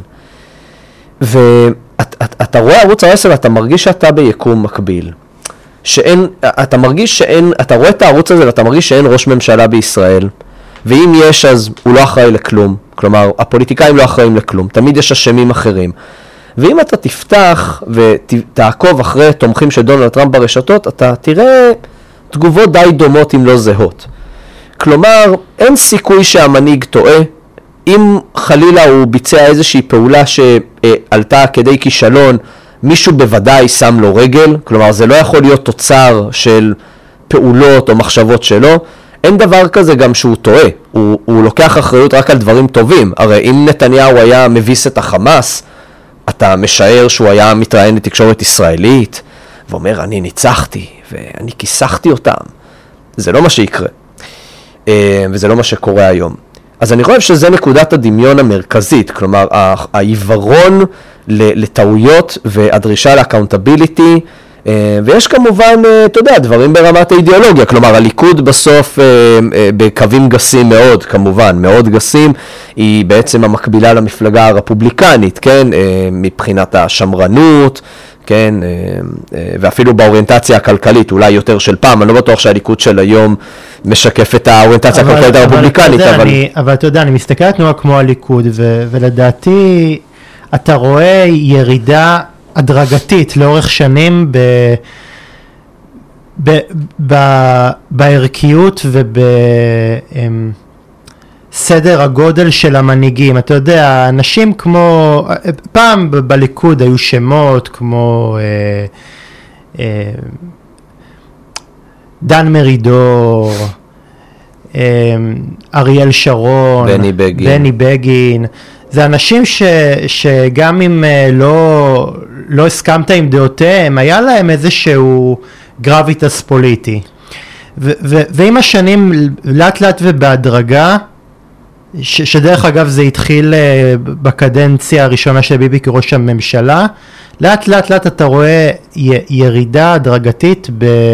ואתה רואה ערוץ 14 ואתה מרגיש שאתה ביקום מקביל. אתה מרגיש אתה רואה את הערוץ הזה ואתה מרגיש שאין ראש ממשלה בישראל, ואם יש אז הוא לא אחראי לכלום, כלומר הפוליטיקאים לא אחראים לכלום, תמיד יש אשמים אחרים. ואם אתה תפתח ותעקוב אחרי תומכים של דונלד טראמפ ברשתות, אתה תראה תגובות די דומות אם לא זהות. כלומר, אין סיכוי שהמנהיג טועה. אם חלילה הוא ביצע איזושהי פעולה שעלתה כדי כישלון, מישהו בוודאי שם לו רגל. כלומר, זה לא יכול להיות תוצר של פעולות או מחשבות שלו. אין דבר כזה גם שהוא טועה. הוא לוקח אחריות רק על דברים טובים. הרי אם נתניהו היה מביס את החמאס, אתה משער שהוא היה מתראיין לתקשורת ישראלית, ואומר, אני ניצחתי, ואני כיסחתי אותם. זה לא מה שיקרה. וזה לא מה שקורה היום. אז אני חושב שזה נקודת הדמיון המרכזית, כלומר, העיוורון לטעויות והדרישה לאקאונטביליטי, ויש כמובן, אתה יודע, דברים ברמת האידיאולוגיה, כלומר, הליכוד בסוף בקווים גסים מאוד, כמובן, מאוד גסים, היא בעצם המקבילה למפלגה הרפובליקנית, כן, מבחינת השמרנות, כן, ואפילו באוריינטציה הכלכלית, אולי יותר של פעם, אני לא בטוח שהליכוד של היום משקף את האוריינטציה הכלכלית הרפובליקנית, אבל אתה יודע, אני מסתכל על תנועה כמו הליכוד, ולדעתי אתה רואה ירידה הדרגתית לאורך שנים בערכיות ובסדר הגודל של המנהיגים. אתה יודע, אנשים כמו, פעם בליכוד היו שמות כמו דן מרידור, אריאל שרון, בני בגין. זה אנשים שגם אם לא הסכמת עם דעותיהם, היה להם איזשהו גרביטס פוליטי. ועם השנים, לאט לאט ובהדרגה, שדרך אגב זה התחיל בקדנציה הראשונה של ביבי כראש הממשלה, לאט לאט אתה רואה ירידה הדרגתית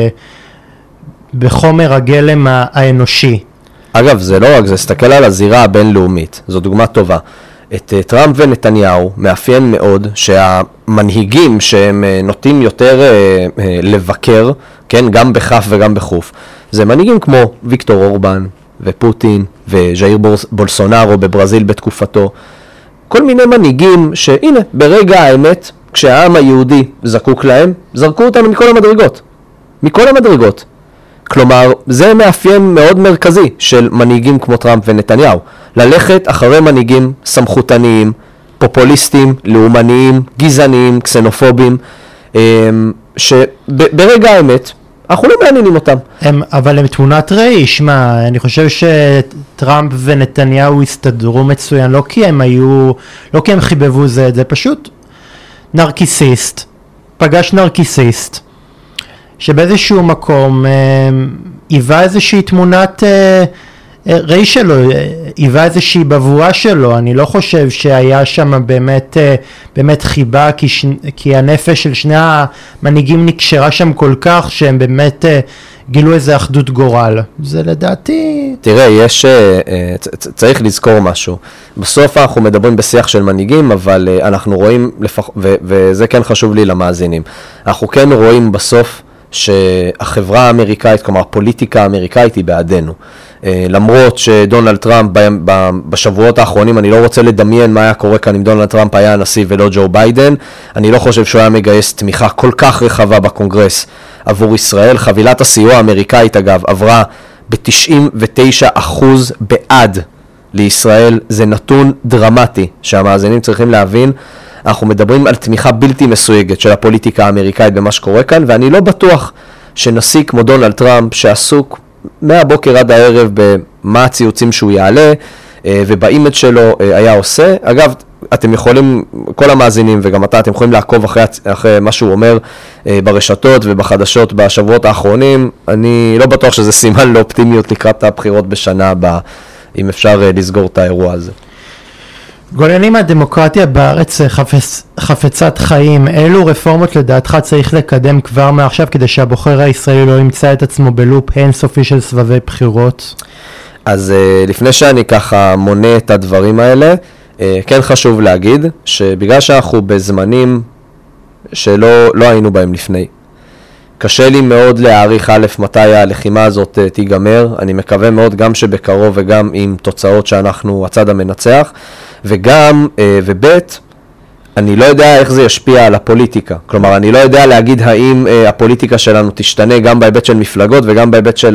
בחומר הגלם האנושי. אגב, זה לא רק, זה הסתכל על הזירה הבינלאומית, זו דוגמה טובה. את טראמפ ונתניהו מאפיין מאוד שהמנהיגים שהם נוטים יותר לבקר, כן, גם בכף וגם בחוף, זה מנהיגים כמו ויקטור אורבן ופוטין וז'איר בולסונארו בברזיל בתקופתו. כל מיני מנהיגים שהנה, ברגע האמת, כשהעם היהודי זקוק להם, זרקו אותנו מכל המדרגות. מכל המדרגות. כלומר, זה מאפיין מאוד מרכזי של מנהיגים כמו טראמפ ונתניהו. ללכת אחרי מנהיגים סמכותניים, פופוליסטים, לאומניים, גזעניים, קסנופובים. שברגע האמת, אנחנו לא מעניינים אותם. אבל הם תמונת ראי, שמע, אני חושב שטראמפ ונתניהו הסתדרו מצוין, לא כי הם חיבבו זה פשוט נרקיסיסט, פגש נרקיסיסט, שבאיזשהו מקום היווה איזושהי תמונת ראי שלו, היווה איזושהי בבואה שלו. אני לא חושב שהיה שם באמת חיבה, כי הנפש של שני המנהיגים נקשרה שם כל כך, שהם באמת גילו איזה אחדות גורל. זה לדעתי... תראה, צריך לזכור משהו. בסוף אנחנו מדברים בשיח של מנהיגים, אבל אנחנו רואים, וזה כן חשוב לי למאזינים, אנחנו כן רואים בסוף שהחברה האמריקאית, כלומר הפוליטיקה האמריקאית היא בעדנו. למרות שדונלד טראמפ בשבועות האחרונים, אני לא רוצה לדמיין מה היה קורה כאן אם דונלד טראמפ היה הנשיא ולא ג'ו ביידן, אני לא חושב שהוא היה מגייס תמיכה כל כך רחבה בקונגרס עבור ישראל. חבילת הסיוע האמריקאית אגב עברה ב-99% בעד לישראל. זה נתון דרמטי שהמאזינים צריכים להבין. אנחנו מדברים על תמיכה בלתי מסויגת של הפוליטיקה האמריקאית במה שקורה כאן, ואני לא בטוח שנשיא כמו דונלד טראמפ שעסוק מהבוקר עד הערב במה הציוצים שהוא יעלה ובאימג' שלו היה עושה. אגב, אתם יכולים, כל המאזינים וגם אתם יכולים לעקוב אחרי מה שהוא אומר ברשתות ובחדשות בשבועות האחרונים. אני לא בטוח שזה סימן לאופטימיות לקראת הבחירות בשנה הבאה, אם אפשר לסגור את האירוע הזה. גולני מהדמוקרטיה בארץ חפצת חיים, אילו רפורמות לדעתך צריך לקדם כבר מעכשיו כדי שהבוחר הישראלי לא ימצא את עצמו בלופ אינסופי של סבבי בחירות? אז לפני שאני ככה מונה את הדברים האלה, כן חשוב להגיד שבגלל שאנחנו בזמנים שלא היינו בהם לפני, קשה לי מאוד להעריך מתי הלחימה הזאת תיגמר. אני מקווה מאוד גם שבקרוב וגם עם תוצאות שאנחנו הצד המנצח, וגם, ובית, אני לא יודע איך זה ישפיע על הפוליטיקה. כלומר, אני לא יודע להגיד האם הפוליטיקה שלנו תשתנה גם בהיבט של מפלגות וגם בהיבט של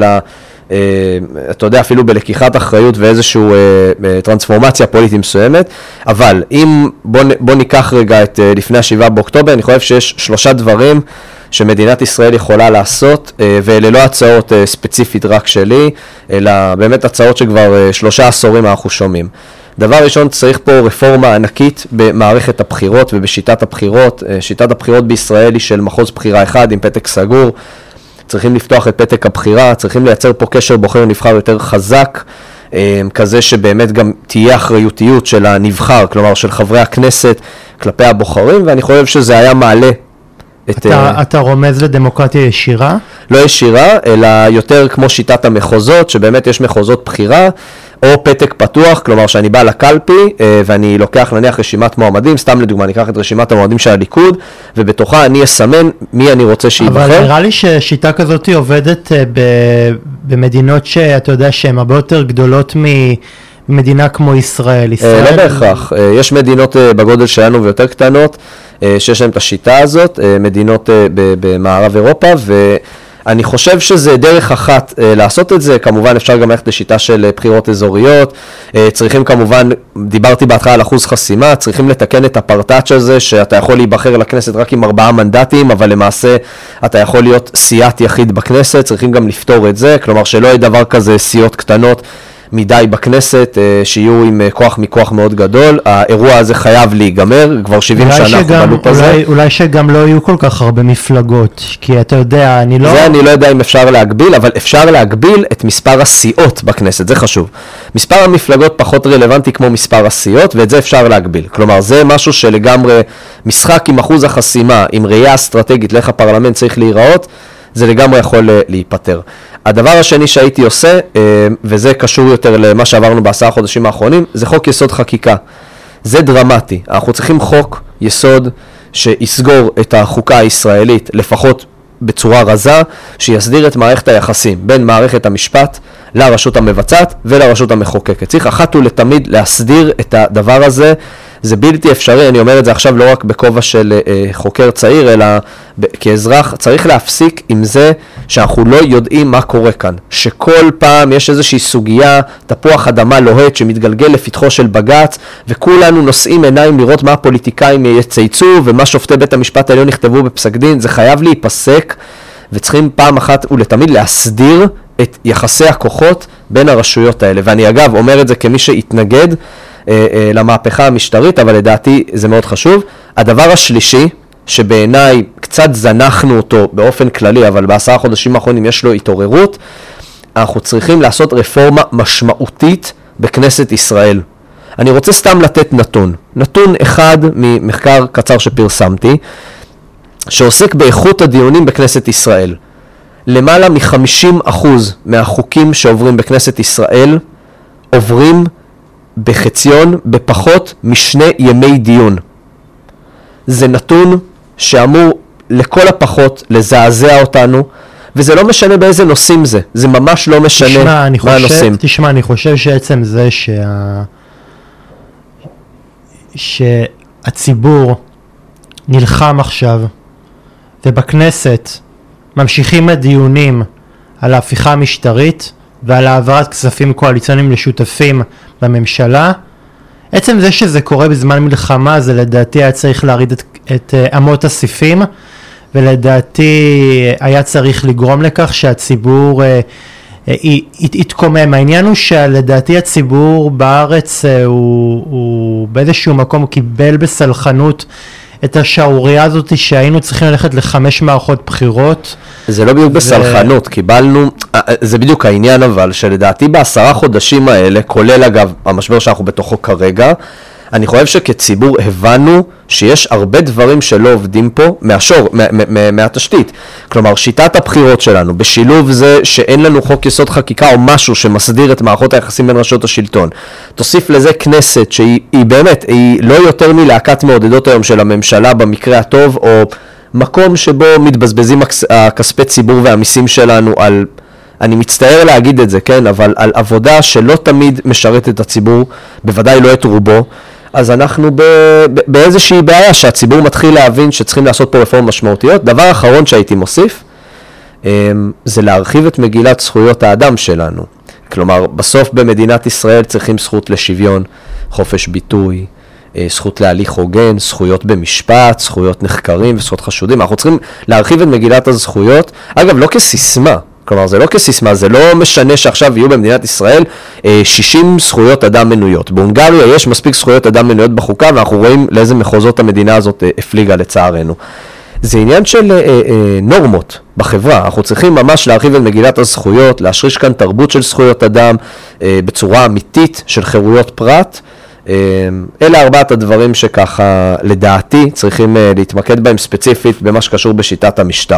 אתה יודע, אפילו בלקיחת אחריות ואיזשהו טרנספורמציה פוליטית מסוימת. אבל אם בוא ניקח רגע את לפני 7 באוקטובר, אני חושב שיש 3 דברים שמדינת ישראל יכולה לעשות, ואלה לא הצעות ספציפית רק שלי, אלא באמת הצעות שכבר 3 עשורים אנחנו שומעים. דבר ראשון, צריך פה רפורמה ענקית במערכת הבחירות ובשיטת הבחירות. שיטת הבחירות בישראל היא של מחוז בחירה אחד עם פתק סגור. צריכים לפתוח את פתק הבחירה, צריכים לייצר פה קשר בוחר נבחר יותר חזק, כזה שבאמת גם תהיה אחריותיות של הנבחר, כלומר של חברי הכנסת כלפי הבוחרים, ואני חושב שזה היה מעלה אתה רומז לדמוקרטיה ישירה? לא ישירה, אלא יותר כמו שיטת המחוזות, שבאמת יש מחוזות בחירה, או פתק פתוח, כלומר שאני בא לקלפי, ואני לוקח נניח רשימת מועמדים, סתם לדוגמה, אני אקח את רשימת המועמדים של הליכוד, ובתוכה אני אסמן מי אני רוצה שיבחר. אבל נראה לי ששיטה כזאת עובדת במדינות שאתה יודע שהן הרבה יותר גדולות ממדינה כמו ישראל. לא בהכרח, יש מדינות בגודל שלנו ויותר קטנות, שיש להם את השיטה הזאת, מדינות במערב אירופה, ואני חושב שזה דרך אחת לעשות את זה. כמובן אפשר גם ללכת לשיטה של בחירות אזוריות, צריכים כמובן, דיברתי בהתחלה על אחוז חסימה, צריכים לתקן את הפרטאץ' הזה, שאתה יכול להיבחר לכנסת רק עם 4 מנדטים, אבל למעשה אתה יכול להיות סיעת יחיד בכנסת, צריכים גם לפתור את זה, כלומר שלא יהיה דבר כזה סיעות קטנות מדי בכנסת, שיהיו עם כוח מאוד גדול. האירוע הזה חייב להיגמר, כבר 70 שנה אנחנו בלופ הזה. אולי שגם לא יהיו כל כך הרבה מפלגות, כי אתה יודע, אני לא יודע אם אפשר להגביל, אבל אפשר להגביל את מספר הסיעות בכנסת, זה חשוב. מספר המפלגות פחות רלוונטי כמו מספר הסיעות, ואת זה אפשר להגביל. כלומר, זה משהו שלגמרי משחק עם אחוז החסימה, עם ראייה אסטרטגית לאיך הפרלמנט צריך להיראות, זה לגמרי יכול להיפטר. הדבר השני שהייתי עושה, וזה קשור יותר למה שעברנו ב10 חודשים האחרונים, זה חוק יסוד חקיקה. זה דרמטי. אנחנו צריכים חוק יסוד שיסגור את החוקה הישראלית, לפחות בצורה רזה, שיסדיר את מערכת היחסים בין מערכת המשפט לרשות המבצעת ולרשות המחוקקת. צריך אחת ולתמיד להסדיר את הדבר הזה, זה בלתי אפשרי, אני אומר את זה עכשיו לא רק בכובע של חוקר צעיר, אלא כאזרח, צריך להפסיק עם זה שאנחנו לא יודעים מה קורה כאן. שכל פעם יש איזושהי סוגיה, תפוח אדמה לוהט שמתגלגל לפתחו של בג"ץ, וכולנו נושאים עיניים לראות מה הפוליטיקאים יצייצו, ומה שופטי בית המשפט העליון נכתבו בפסק דין. זה חייב להיפסק, וצריכים פעם אחת ולתמיד להסדיר את יחסי הכוחות בין הרשויות האלה. ואני אגב אומר את זה כמי שהתנגד למהפכה המשטרית, אבל לדעתי זה מאוד חשוב. הדבר השלישי, שבעיניי קצת זנחנו אותו באופן כללי, אבל ב10 חודשים האחרונים יש לו התעוררות, אנחנו צריכים לעשות רפורמה משמעותית בכנסת ישראל. אני רוצה סתם לתת נתון אחד ממחקר קצר שפרסמתי, שעוסק באיכות הדיונים בכנסת ישראל. למעלה מ-50% מהחוקים שעוברים בכנסת ישראל עוברים בחציון בפחות מ2 ימי דיון. זה נתון שאמור לכל הפחות לזעזע אותנו, וזה לא משנה באיזה נושאים זה. זה ממש לא משנה מה הנושאים. תשמע, אני חושב שעצם זה שהציבור נלחם עכשיו, ובכנסת ממשיכים הדיונים על ההפיכה המשטרית ועל העברת כספים קואליציוניים לשותפים בממשלה. עצם זה שזה קורה בזמן מלחמה, זה לדעתי היה צריך להריד את אמות הסיפים, ולדעתי היה צריך לגרום לכך שהציבור יתקומם. העניין הוא שלדעתי הציבור בארץ הוא באיזשהו מקום קיבל בסלחנות את השעוריה הזאת שהיינו צריכים ללכת ל5 מערכות בחירות. זה לא בדיוק בסלחנות, קיבלנו, זה בדיוק העניין אבל, שלדעתי ב10 חודשים האלה, כולל אגב המשבר שאנחנו בתוכו כרגע, אני חושב שכציבור הבנו שיש הרבה דברים שלא עובדים פה מהתשתית. כלומר, שיטת הבחירות שלנו, בשילוב זה שאין לנו חוק יסוד חקיקה או משהו שמסדיר את מערכות היחסים בין רשויות השלטון. תוסיף לזה כנסת שהיא באמת, היא לא יותר מלהקת מעודדות היום של הממשלה במקרה הטוב, או מקום שבו מתבזבזים הכספי ציבור והמיסים שלנו על, אני מצטער להגיד את זה, כן, אבל על עבודה שלא תמיד משרת את הציבור, בוודאי לא את רובו. אז אנחנו באיזושהי בעיה שהציבור מתחיל להבין שצריכים לעשות פה רפורמות משמעותיות. דבר אחרון שהייתי מוסיף, זה להרחיב את מגילת זכויות האדם שלנו. כלומר, בסוף במדינת ישראל צריכים זכות לשוויון, חופש ביטוי, זכות להליך הוגן, זכויות במשפט, זכויות נחקרים וזכויות חשודים. אנחנו צריכים להרחיב את מגילת הזכויות, אגב, לא כסיסמה. כלומר, זה לא כסיסמה, זה לא משנה שעכשיו יהיו במדינת ישראל 60 זכויות אדם מנויות. בהונגריה יש מספיק זכויות אדם מנויות בחוקה, ואנחנו רואים לאיזה מחוזות המדינה הזאת הפליגה לצערנו. זה עניין של נורמות בחברה. אנחנו צריכים ממש להרחיב את מגילת הזכויות, להשריש כאן תרבות של זכויות אדם בצורה אמיתית של חירויות פרט. אלה 4 הדברים שככה לדעתי צריכים להתמקד בהם ספציפית במה שקשור בשיטת המשטר.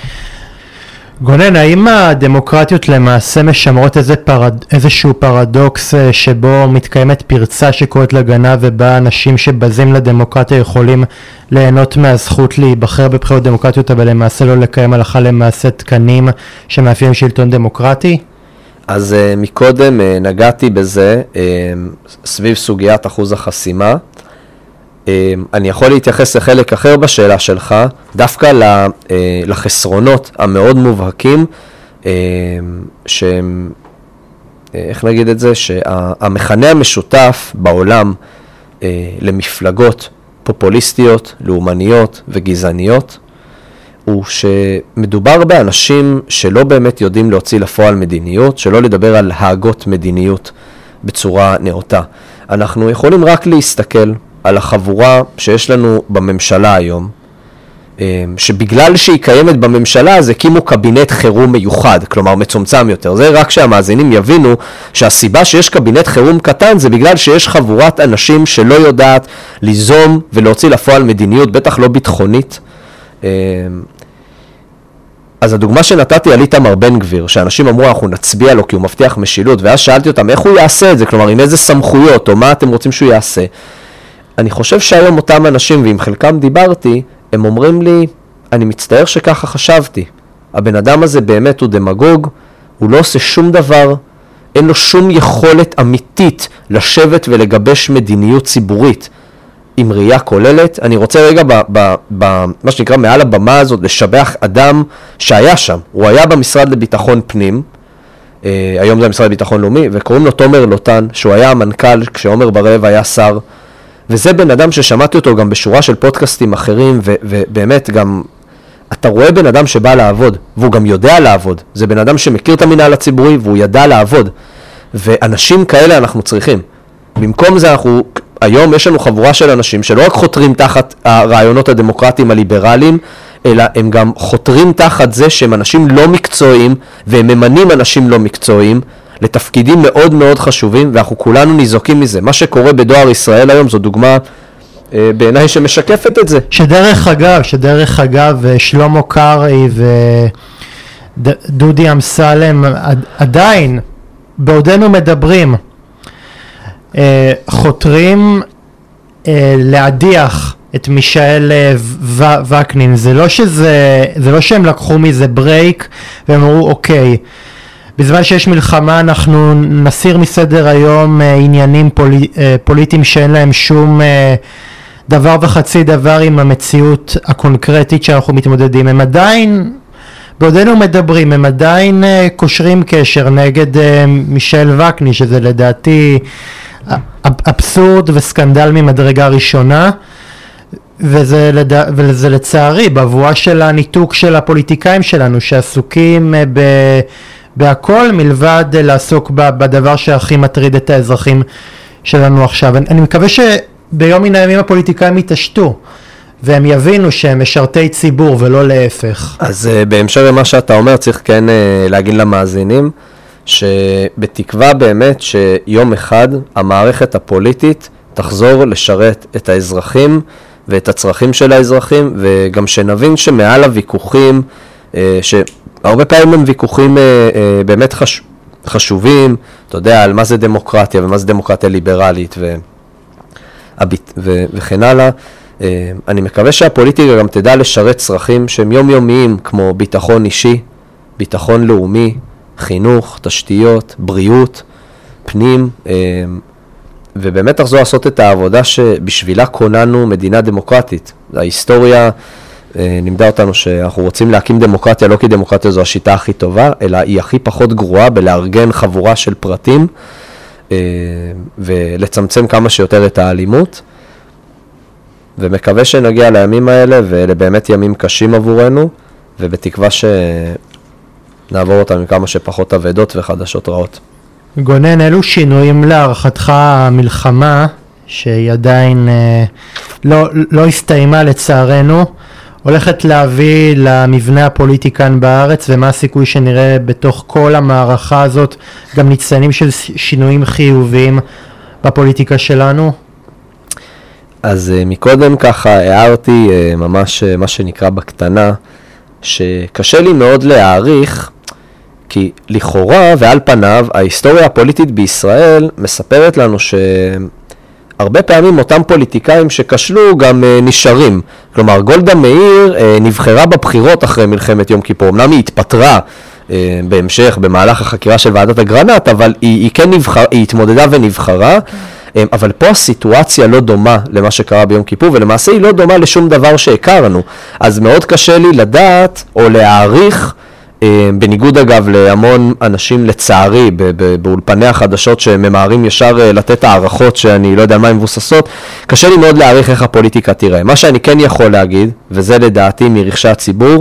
גונן, האם הדמוקרטיות למעשה משמרות איזשהו פרדוקס שבו מתקיימת פרצה שקוראת לגנב, ובה אנשים שבזים לדמוקרטיה יכולים ליהנות מהזכות להיבחר בבחירות דמוקרטיות, אבל למעשה לא לקיים הלכה למעשה תקנים שמאפיינים שלטון דמוקרטי? אז מקודם נגעתי בזה סביב סוגיית אחוז החסימה. אני יכול להתייחס לחלק אחר בשאלה שלך, דווקא לחסרונות המאוד מובהקים, שהם, איך נגיד את זה, שהמכנה המשותף בעולם למפלגות פופוליסטיות, לאומניות וגזעניות, הוא שמדובר באנשים שלא באמת יודעים להוציא לפועל מדיניות, שלא לדבר על הגות מדיניות בצורה נאותה. אנחנו יכולים רק להסתכל על החבורה שיש לנו בממשלה היום, שבגלל שהיא קיימת בממשלה, אז הקימו קבינט חירום מיוחד, כלומר מצומצם יותר. זה רק שהמאזינים יבינו שהסיבה שיש קבינט חירום קטן, זה בגלל שיש חבורת אנשים שלא יודעת ליזום ולהוציא לפועל מדיניות, בטח לא ביטחונית. אז הדוגמה שנתתי על איתמר בן גביר, שאנשים אמרו אנחנו נצביע לו כי הוא מבטיח משילות, ואז שאלתי אותם איך הוא יעשה את זה, כלומר עם איזה סמכויות או מה אתם רוצים שהוא יעשה. אני חושב שהיום אותם אנשים, ועם חלקם דיברתי, הם אומרים לי, אני מצטער שככה חשבתי. הבן אדם הזה באמת הוא דמגוג, הוא לא עושה שום דבר, אין לו שום יכולת אמיתית לשבת ולגבש מדיניות ציבורית. עם ראייה כוללת. אני רוצה רגע מה שנקרא מעל הבמה הזאת לשבח אדם שהיה שם. הוא היה במשרד לביטחון פנים, היום זה המשרד לביטחון לאומי, וקוראים לו תומר לוטן, שהוא היה המנכ"ל כשעומר בר-לב היה שר, וזה בן אדם ששמעתי אותו גם בשורה של פודקאסטים אחרים, ובאמת גם, אתה רואה בן אדם שבא לעבוד, והוא גם יודע לעבוד. זה בן אדם שמכיר את המנהל הציבורי, והוא ידע לעבוד. ואנשים כאלה אנחנו צריכים. במקום זה היום יש לנו חבורה של אנשים שלא רק חותרים תחת הרעיונות הדמוקרטיים הליברליים, אלא הם גם חותרים תחת זה שהם אנשים לא מקצועיים, והם ממנים אנשים לא מקצועיים, לתפקידים מאוד מאוד חשובים, ואנחנו כולנו ניזוקים מזה. מה שקורה בדואר ישראל היום זו דוגמה בעיניי שמשקפת את זה. שדרך אגב, שלמה קרעי ודודי אמסלם עדיין, בעודנו מדברים, חותרים להדיח את מישאל וקנין. זה לא שהם לקחו מזה ברייק והם אמרו אוקיי, בזמן שיש מלחמה אנחנו נסיר מסדר היום עניינים פוליטיים שאין להם שום דבר וחצי דבר עם המציאות הקונקרטית שאנחנו מתמודדים. הם עדיין, בעודנו מדברים, הם עדיין קושרים קשר נגד מישאל וקנין, שזה לדעתי אבסורד וסקנדל ממדרגה ראשונה, וזה לצערי בבואה של הניתוק של הפוליטיקאים שלנו שעסוקים בהכל מלבד לעסוק בדבר שהכי מטריד את האזרחים שלנו עכשיו. אני מקווה שביום מן הימים הפוליטיקאים יתעשתו והם יבינו שהם משרתי ציבור ולא להפך. אז בהמשך למה שאתה אומר צריך כן להגיד למאזינים שבתקווה באמת שיום אחד המערכת הפוליטית תחזור לשרת את האזרחים ואת הצרכים של האזרחים, וגם שנבין שמעל הוויכוחים, שהרבה פעמים הם ויכוחים באמת חשובים, אתה יודע, על מה זה דמוקרטיה ומה זה דמוקרטיה ליברלית וכן הלאה. אני מקווה שהפוליטיקה גם תדע לשרת צרכים שהם יומיומיים, כמו ביטחון אישי, ביטחון לאומי, חינוך, תשתיות, בריאות, פנים, ובאמת תחזור לעשות את העבודה שבשבילה קוננו מדינה דמוקרטית. ההיסטוריה לימדה אותנו שאנחנו רוצים להקים דמוקרטיה, לא כי דמוקרטיה זו השיטה הכי טובה, אלא היא הכי פחות גרועה בלארגן חבורה של פרטים, ולצמצם כמה שיותר את האלימות. ומקווה שנגיע לימים האלה, ואלה באמת ימים קשים עבורנו, ובתקווה שנעבור אותם עם כמה שפחות עבדות וחדשות רעות. גונן, אלו שינויים להערכתך המלחמה, שהיא עדיין לא הסתיימה לצערנו, הולכת להביא למבנה הפוליטי כאן בארץ, ומה הסיכוי שנראה בתוך כל המערכה הזאת גם ניצנים של שינויים חיוביים בפוליטיקה שלנו? אז מקודם ככה הערתי ממש מה שנקרא בקטנה, שקשה לי מאוד להעריך, כי לכאורה ועל פניו ההיסטוריה הפוליטית בישראל מספרת לנו שהרבה פעמים אותם פוליטיקאים שכשלו גם נשארים. כלומר, גולדה מאיר נבחרה בבחירות אחרי מלחמת יום כיפור. אמנם היא התפטרה בהמשך במהלך החקירה של ועדת אגרנט, אבל היא כן היא התמודדה ונבחרה. אבל פה הסיטואציה לא דומה למה שקרה ביום כיפור, ולמעשה היא לא דומה לשום דבר שהכרנו. אז מאוד קשה לי לדעת או להעריך, בניגוד אגב להמון אנשים לצערי באולפני החדשות שממהרים ישר לתת הערכות שאני לא יודע מה הן מבוססות, קשה לי מאוד להעריך איך הפוליטיקה תראה. מה שאני כן יכול להגיד, וזה לדעתי מרכשי הציבור,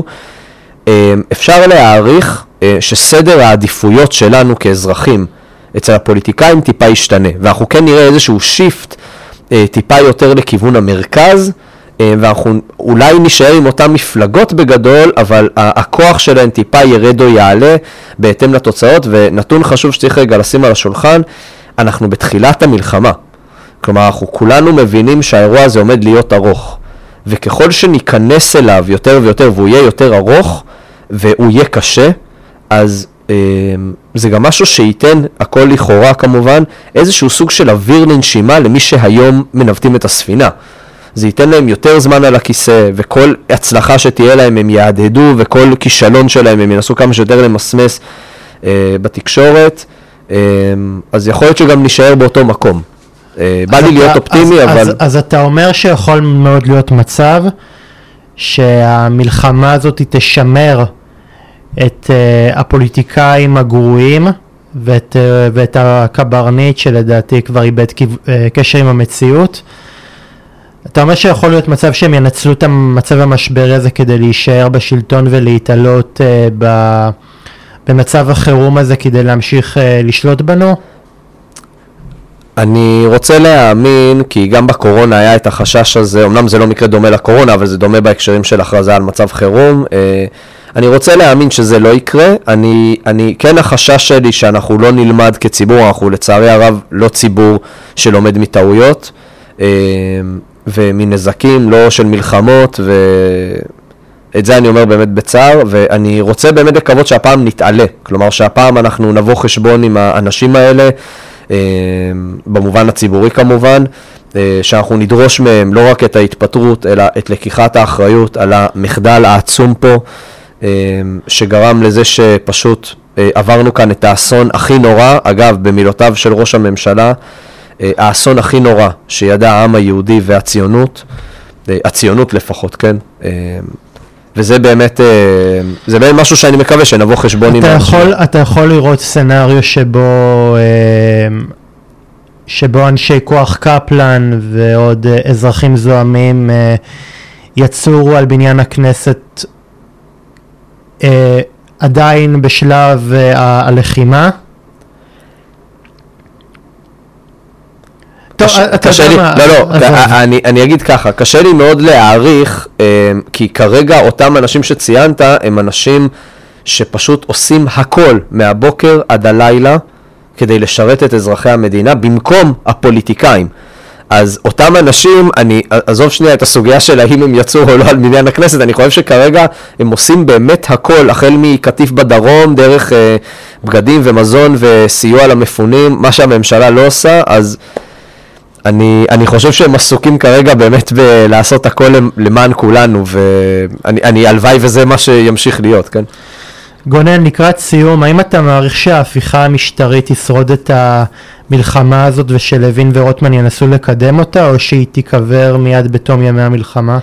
אפשר להעריך שסדר העדיפויות שלנו כאזרחים אצל הפוליטיקאים טיפה ישתנה, ואנחנו כן נראה איזשהו שיפט טיפה יותר לכיוון המרכז, ואנחנו אולי נשאר עם אותן מפלגות בגדול, אבל הכוח שלהן טיפה ירד או יעלה בהתאם לתוצאות. ונתון חשוב שצריך רגע לשים על השולחן, אנחנו בתחילת המלחמה. כלומר, אנחנו כולנו מבינים שהאירוע הזה עומד להיות ארוך, וככל שניכנס אליו יותר ויותר והוא יהיה יותר ארוך והוא יהיה קשה, אז זה גם משהו שייתן, הכל לכאורה כמובן, איזשהו סוג של אוויר לנשימה למי שהיום מנווטים את הספינה. זה ייתן להם יותר זמן על הכיסא, וכל הצלחה שתהיה להם הם יעדדו, וכל כישלון שלהם הם ינסו כמה שיותר למסמס בתקשורת, אז יכול להיות שגם נשאר באותו מקום. בא לי להיות אופטימי, אבל... אז אתה אומר שיכול מאוד להיות מצב שהמלחמה הזאת תשמר את הפוליטיקאים הגרועים ואת הקברניט שלדעתי כבר איבד קשר עם המציאות. אתה אומר שיכול להיות מצב שהם ינצלו את המצב המשברי הזה כדי להישאר בשלטון ולהתעלות במצב החירום הזה כדי להמשיך לשלוט בנו? אני רוצה להאמין, כי גם בקורונה היה את החשש הזה, אמנם זה לא מקרה דומה לקורונה, אבל זה דומה בהקשרים של הכרזה על מצב חירום. אני רוצה להאמין שזה לא יקרה. כן, החשש שלי שאנחנו לא נלמד כציבור, אנחנו לצערי הרב לא ציבור שלומד מטעויות ומנזקים, לא של מלחמות, ואת זה אני אומר באמת בצער, ואני רוצה באמת לקוות שהפעם נתעלה, כלומר שהפעם אנחנו נבוא חשבון עם האנשים האלה, במובן הציבורי כמובן, שאנחנו נדרוש מהם לא רק את ההתפטרות, אלא את לקיחת האחריות על המחדל העצום פה, שגרם לזה שפשוט עברנו כאן את האסון הכי נורא, אגב, במילותיו של ראש הממשלה, האסון הכי נורא שידע העם היהודי והציונות, הציונות לפחות, כן? וזה באמת, זה באמת משהו שאני מקווה שנבוא חשבון עם האנשים. אתה יכול לראות סצנריו שבו אנשי כוח קפלן ועוד אזרחים זוהמים יצורו על בניין הכנסת עדיין בשלב הלחימה? קשה לי, אני אגיד ככה, קשה לי מאוד להעריך, כי כרגע אותם אנשים שציינת הם אנשים שפשוט עושים הכל מהבוקר עד הלילה כדי לשרת את אזרחי המדינה במקום הפוליטיקאים. אז אותם אנשים, אני עזוב שנייה את הסוגיה של האם הם יצאו או לא על בניין הכנסת, אני חושב שכרגע הם עושים באמת הכל, החל מקטיף בדרום, דרך בגדים ומזון וסיוע למפונים, מה שהממשלה לא עושה, אז אני חושב שהם עסוקים כרגע באמת בלעשות הכל למען כולנו, ואני הלוואי וזה מה שימשיך להיות, כן? גונן, לקראת סיום, האם אתה מעריך שההפיכה המשטרית תשרוד את המלחמה הזאת ושלוין ורוטמן ינסו לקדם אותה, או שהיא תיקבר מיד בתום ימי המלחמה?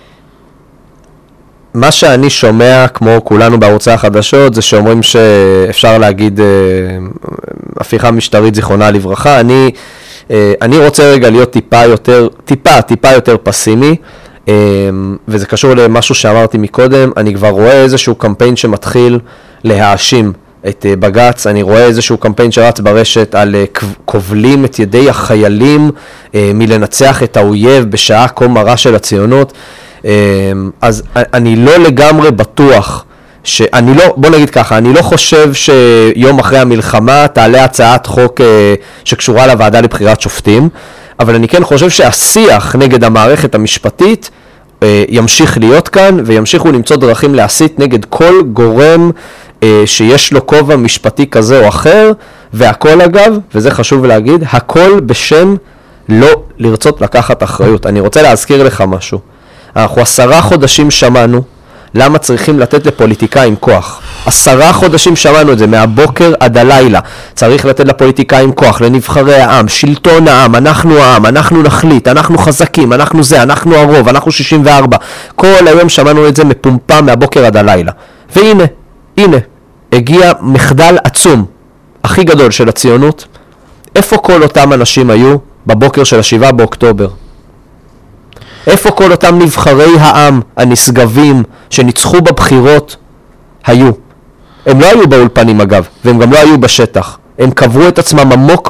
מה שאני שומע, כמו כולנו בערוצי החדשות, זה שאומרים שאפשר להגיד הפיכה משטרית זיכרונה לברכה. אני רוצה רגע להיות טיפה יותר פסימי, וזה קשור למשהו שאמרתי מקודם. אני כבר רואה איזשהו קמפיין שמתחיל להאשים את בג"ץ, אני רואה איזשהו קמפיין שרץ ברשת על כובלים את ידי החיילים מלנצח את האויב בשעה כה מרה של הציונות. אז אני לא לגמרי בטוח בוא נגיד ככה, אני לא חושב שיום אחרי המלחמה תעלה הצעת חוק שקשורה לוועדה לבחירת שופטים, אבל אני כן חושב שהשיח נגד המערכת המשפטית ימשיך להיות כאן, וימשיכו למצוא דרכים להסית נגד כל גורם שיש לו כובע משפטי כזה או אחר, והכל אגב, וזה חשוב להגיד, הכל בשם לא לרצות לקחת אחריות. אני רוצה להזכיר לך משהו. אנחנו 10 חודשים שמענו למה צריכים לתת לפוליטיקאים כוח. 10 חודשים שמענו את זה, מהבוקר עד הלילה. צריך לתת לפוליטיקאים כוח, לנבחרי העם, שלטון העם, אנחנו נחליט, אנחנו חזקים, אנחנו הרוב, אנחנו 64. כל היום שמענו את זה מפומפה מהבוקר עד הלילה. והנה, הגיע מחדל עצום, הכי גדול של הציונות. איפה כל אותם אנשים היו בבוקר של 7 באוקטובר? איפה כל אותם נבחרי העם הנשגבים שניצחו בבחירות היו? הם לא היו באולפנים אגב, והם גם לא היו בשטח. הם קברו את עצמם עמוק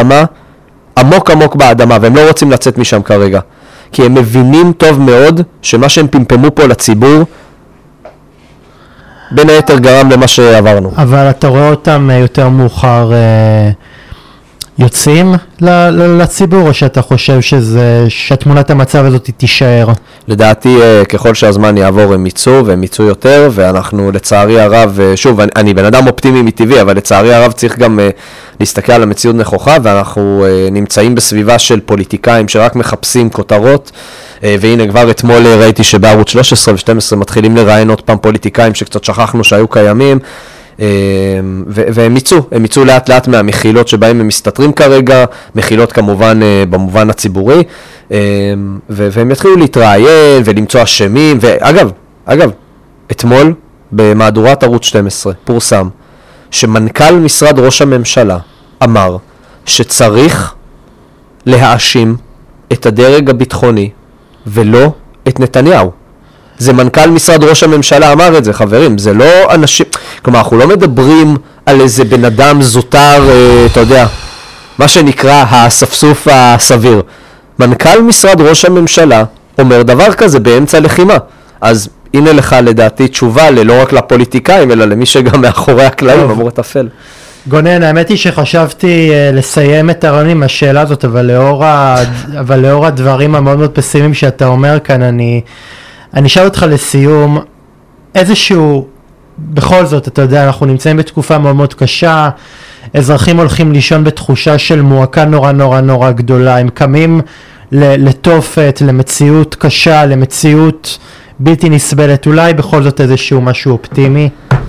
באדמה, והם לא רוצים לצאת משם כרגע. כי הם מבינים טוב מאוד שמה שהם פמפמו פה לציבור, בין היתר גרם למה שעברנו. אבל אתה רואה אותם יותר מאוחר יוצאים לציבור, או שאתה חושב שתמונת המצב הזאת תישאר? לדעתי, ככל שהזמן יעבור הם יצאו יותר, ואנחנו לצערי הרב, שוב, אני בן אדם אופטימי מטבעי, אבל לצערי הרב צריך גם להסתכל על המציאות נכוחה, ואנחנו נמצאים בסביבה של פוליטיקאים שרק מחפשים כותרות, והנה כבר אתמול ראיתי שבערוץ 13 ו-12 מתחילים לראיין עוד פעם פוליטיקאים שקצת שכחנו שהיו קיימים, והם יצאו לאט לאט מהמחילות שבהם הם מסתתרים כרגע, מחילות כמובן במובן הציבורי, והם יתחילו להתראיין ולמצוא אשמים, ואגב, אתמול במהדורת ערוץ 12 פורסם שמנכ"ל משרד ראש הממשלה אמר שצריך להאשים את הדרג הביטחוני ולא את נתניהו. זה מנכ"ל משרד ראש הממשלה אמר את זה, חברים, זה לא אנשים, כלומר, אנחנו לא מדברים על איזה בן אדם זוטר, אתה יודע, מה שנקרא הספסוף הסביר. מנכ"ל משרד ראש הממשלה אומר דבר כזה באמצע לחימה. אז הנה לך לדעתי תשובה לא רק לפוליטיקאים, אלא למי שגם מאחורי הקלעים אמור לטפל. גונן, האמת היא שחשבתי לסיים את הרעיון עם השאלה הזאת, אבל לאור הדברים המאוד מאוד פסימיים שאתה אומר כאן, אני אשאל אותך לסיום, איזשהו, בכל זאת, אתה יודע, אנחנו נמצאים בתקופה מאוד מאוד קשה, אזרחים הולכים לישון בתחושה של מועקה נורא נורא נורא גדולה, הם קמים לתופת, למציאות קשה, למציאות בלתי נסבלת, אולי בכל זאת איזשהו משהו אופטימי?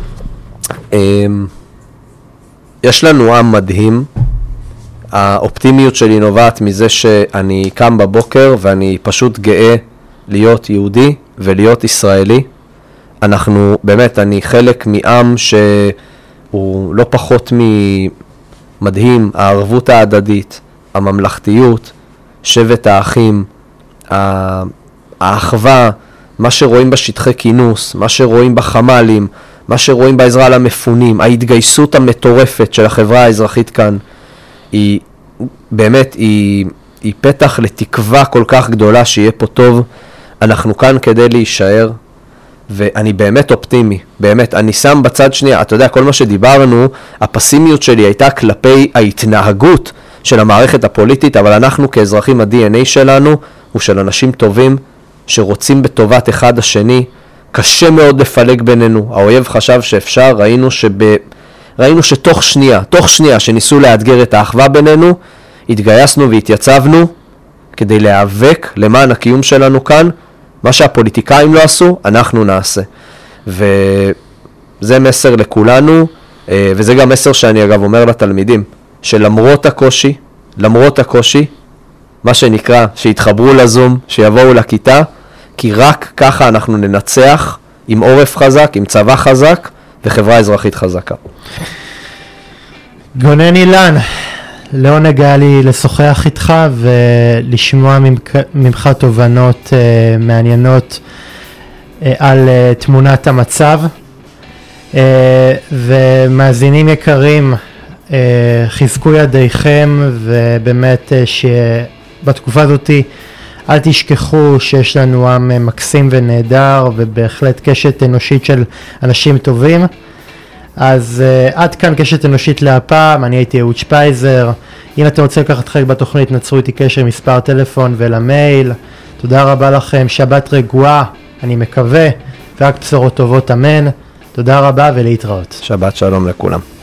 יש לנו עם מדהים, האופטימיות שלי נובעת מזה שאני קם בבוקר ואני פשוט גאה להיות יהודי ולהיות ישראלי. אנחנו, באמת, אני חלק מעם שהוא לא פחות ממדהים, הערבות ההדדית, הממלכתיות, שבט האחים, האחווה, מה שרואים בשטחי כינוס, מה שרואים בחמלים, מה שרואים בעזרה למפונים, ההתגייסות המטורפת של החברה האזרחית כאן, היא באמת, היא פתח לתקווה כל כך גדולה שיהיה פה טוב. אנחנו כאן כדי להישאר, ואני באמת אופטימי, באמת, אני שם בצד שנייה, אתה יודע, כל מה שדיברנו, הפסימיות שלי הייתה כלפי ההתנהגות של המערכת הפוליטית, אבל אנחנו כאזרחים, ה-DNA שלנו הוא של אנשים טובים, שרוצים בטובת אחד השני, קשה מאוד לפלג בינינו, האויב חשב שאפשר, ראינו שתוך שנייה שניסו לאתגר את האחווה בינינו, התגייסנו והתייצבנו כדי להיאבק למען הקיום שלנו כאן, מה שהפוליטיקאים לא עשו, אנחנו נעשה. וזה מסר לכולנו, וזה גם מסר שאני אגב אומר לתלמידים, שלמרות הקושי, מה שנקרא, שיתחברו לזום, שיבואו לכיתה, כי רק ככה אנחנו ננצח עם עורף חזק, עם צבא חזק וחברה אזרחית חזקה. גונן אילן, לעונג היה לי לשוחח איתך ולשמוע ממך תובנות מעניינות על תמונת המצב. ומאזינים יקרים, חיזקו ידיכם, ובאמת שבתקופה הזאת אל תשכחו שיש לנו עם מקסים ונהדר, ובהחלט קשת אנושית של אנשים טובים. אז עד כאן קשת אנושית להפעם, אני הייתי אהוד שפייזר. אם אתם רוצים לקחת חלק בתוכנית, נצרו איתי קשר, מספר טלפון ולמייל. תודה רבה לכם, שבת רגועה, אני מקווה, ורק בשורות טובות, אמן. תודה רבה ולהתראות. שבת שלום לכולם.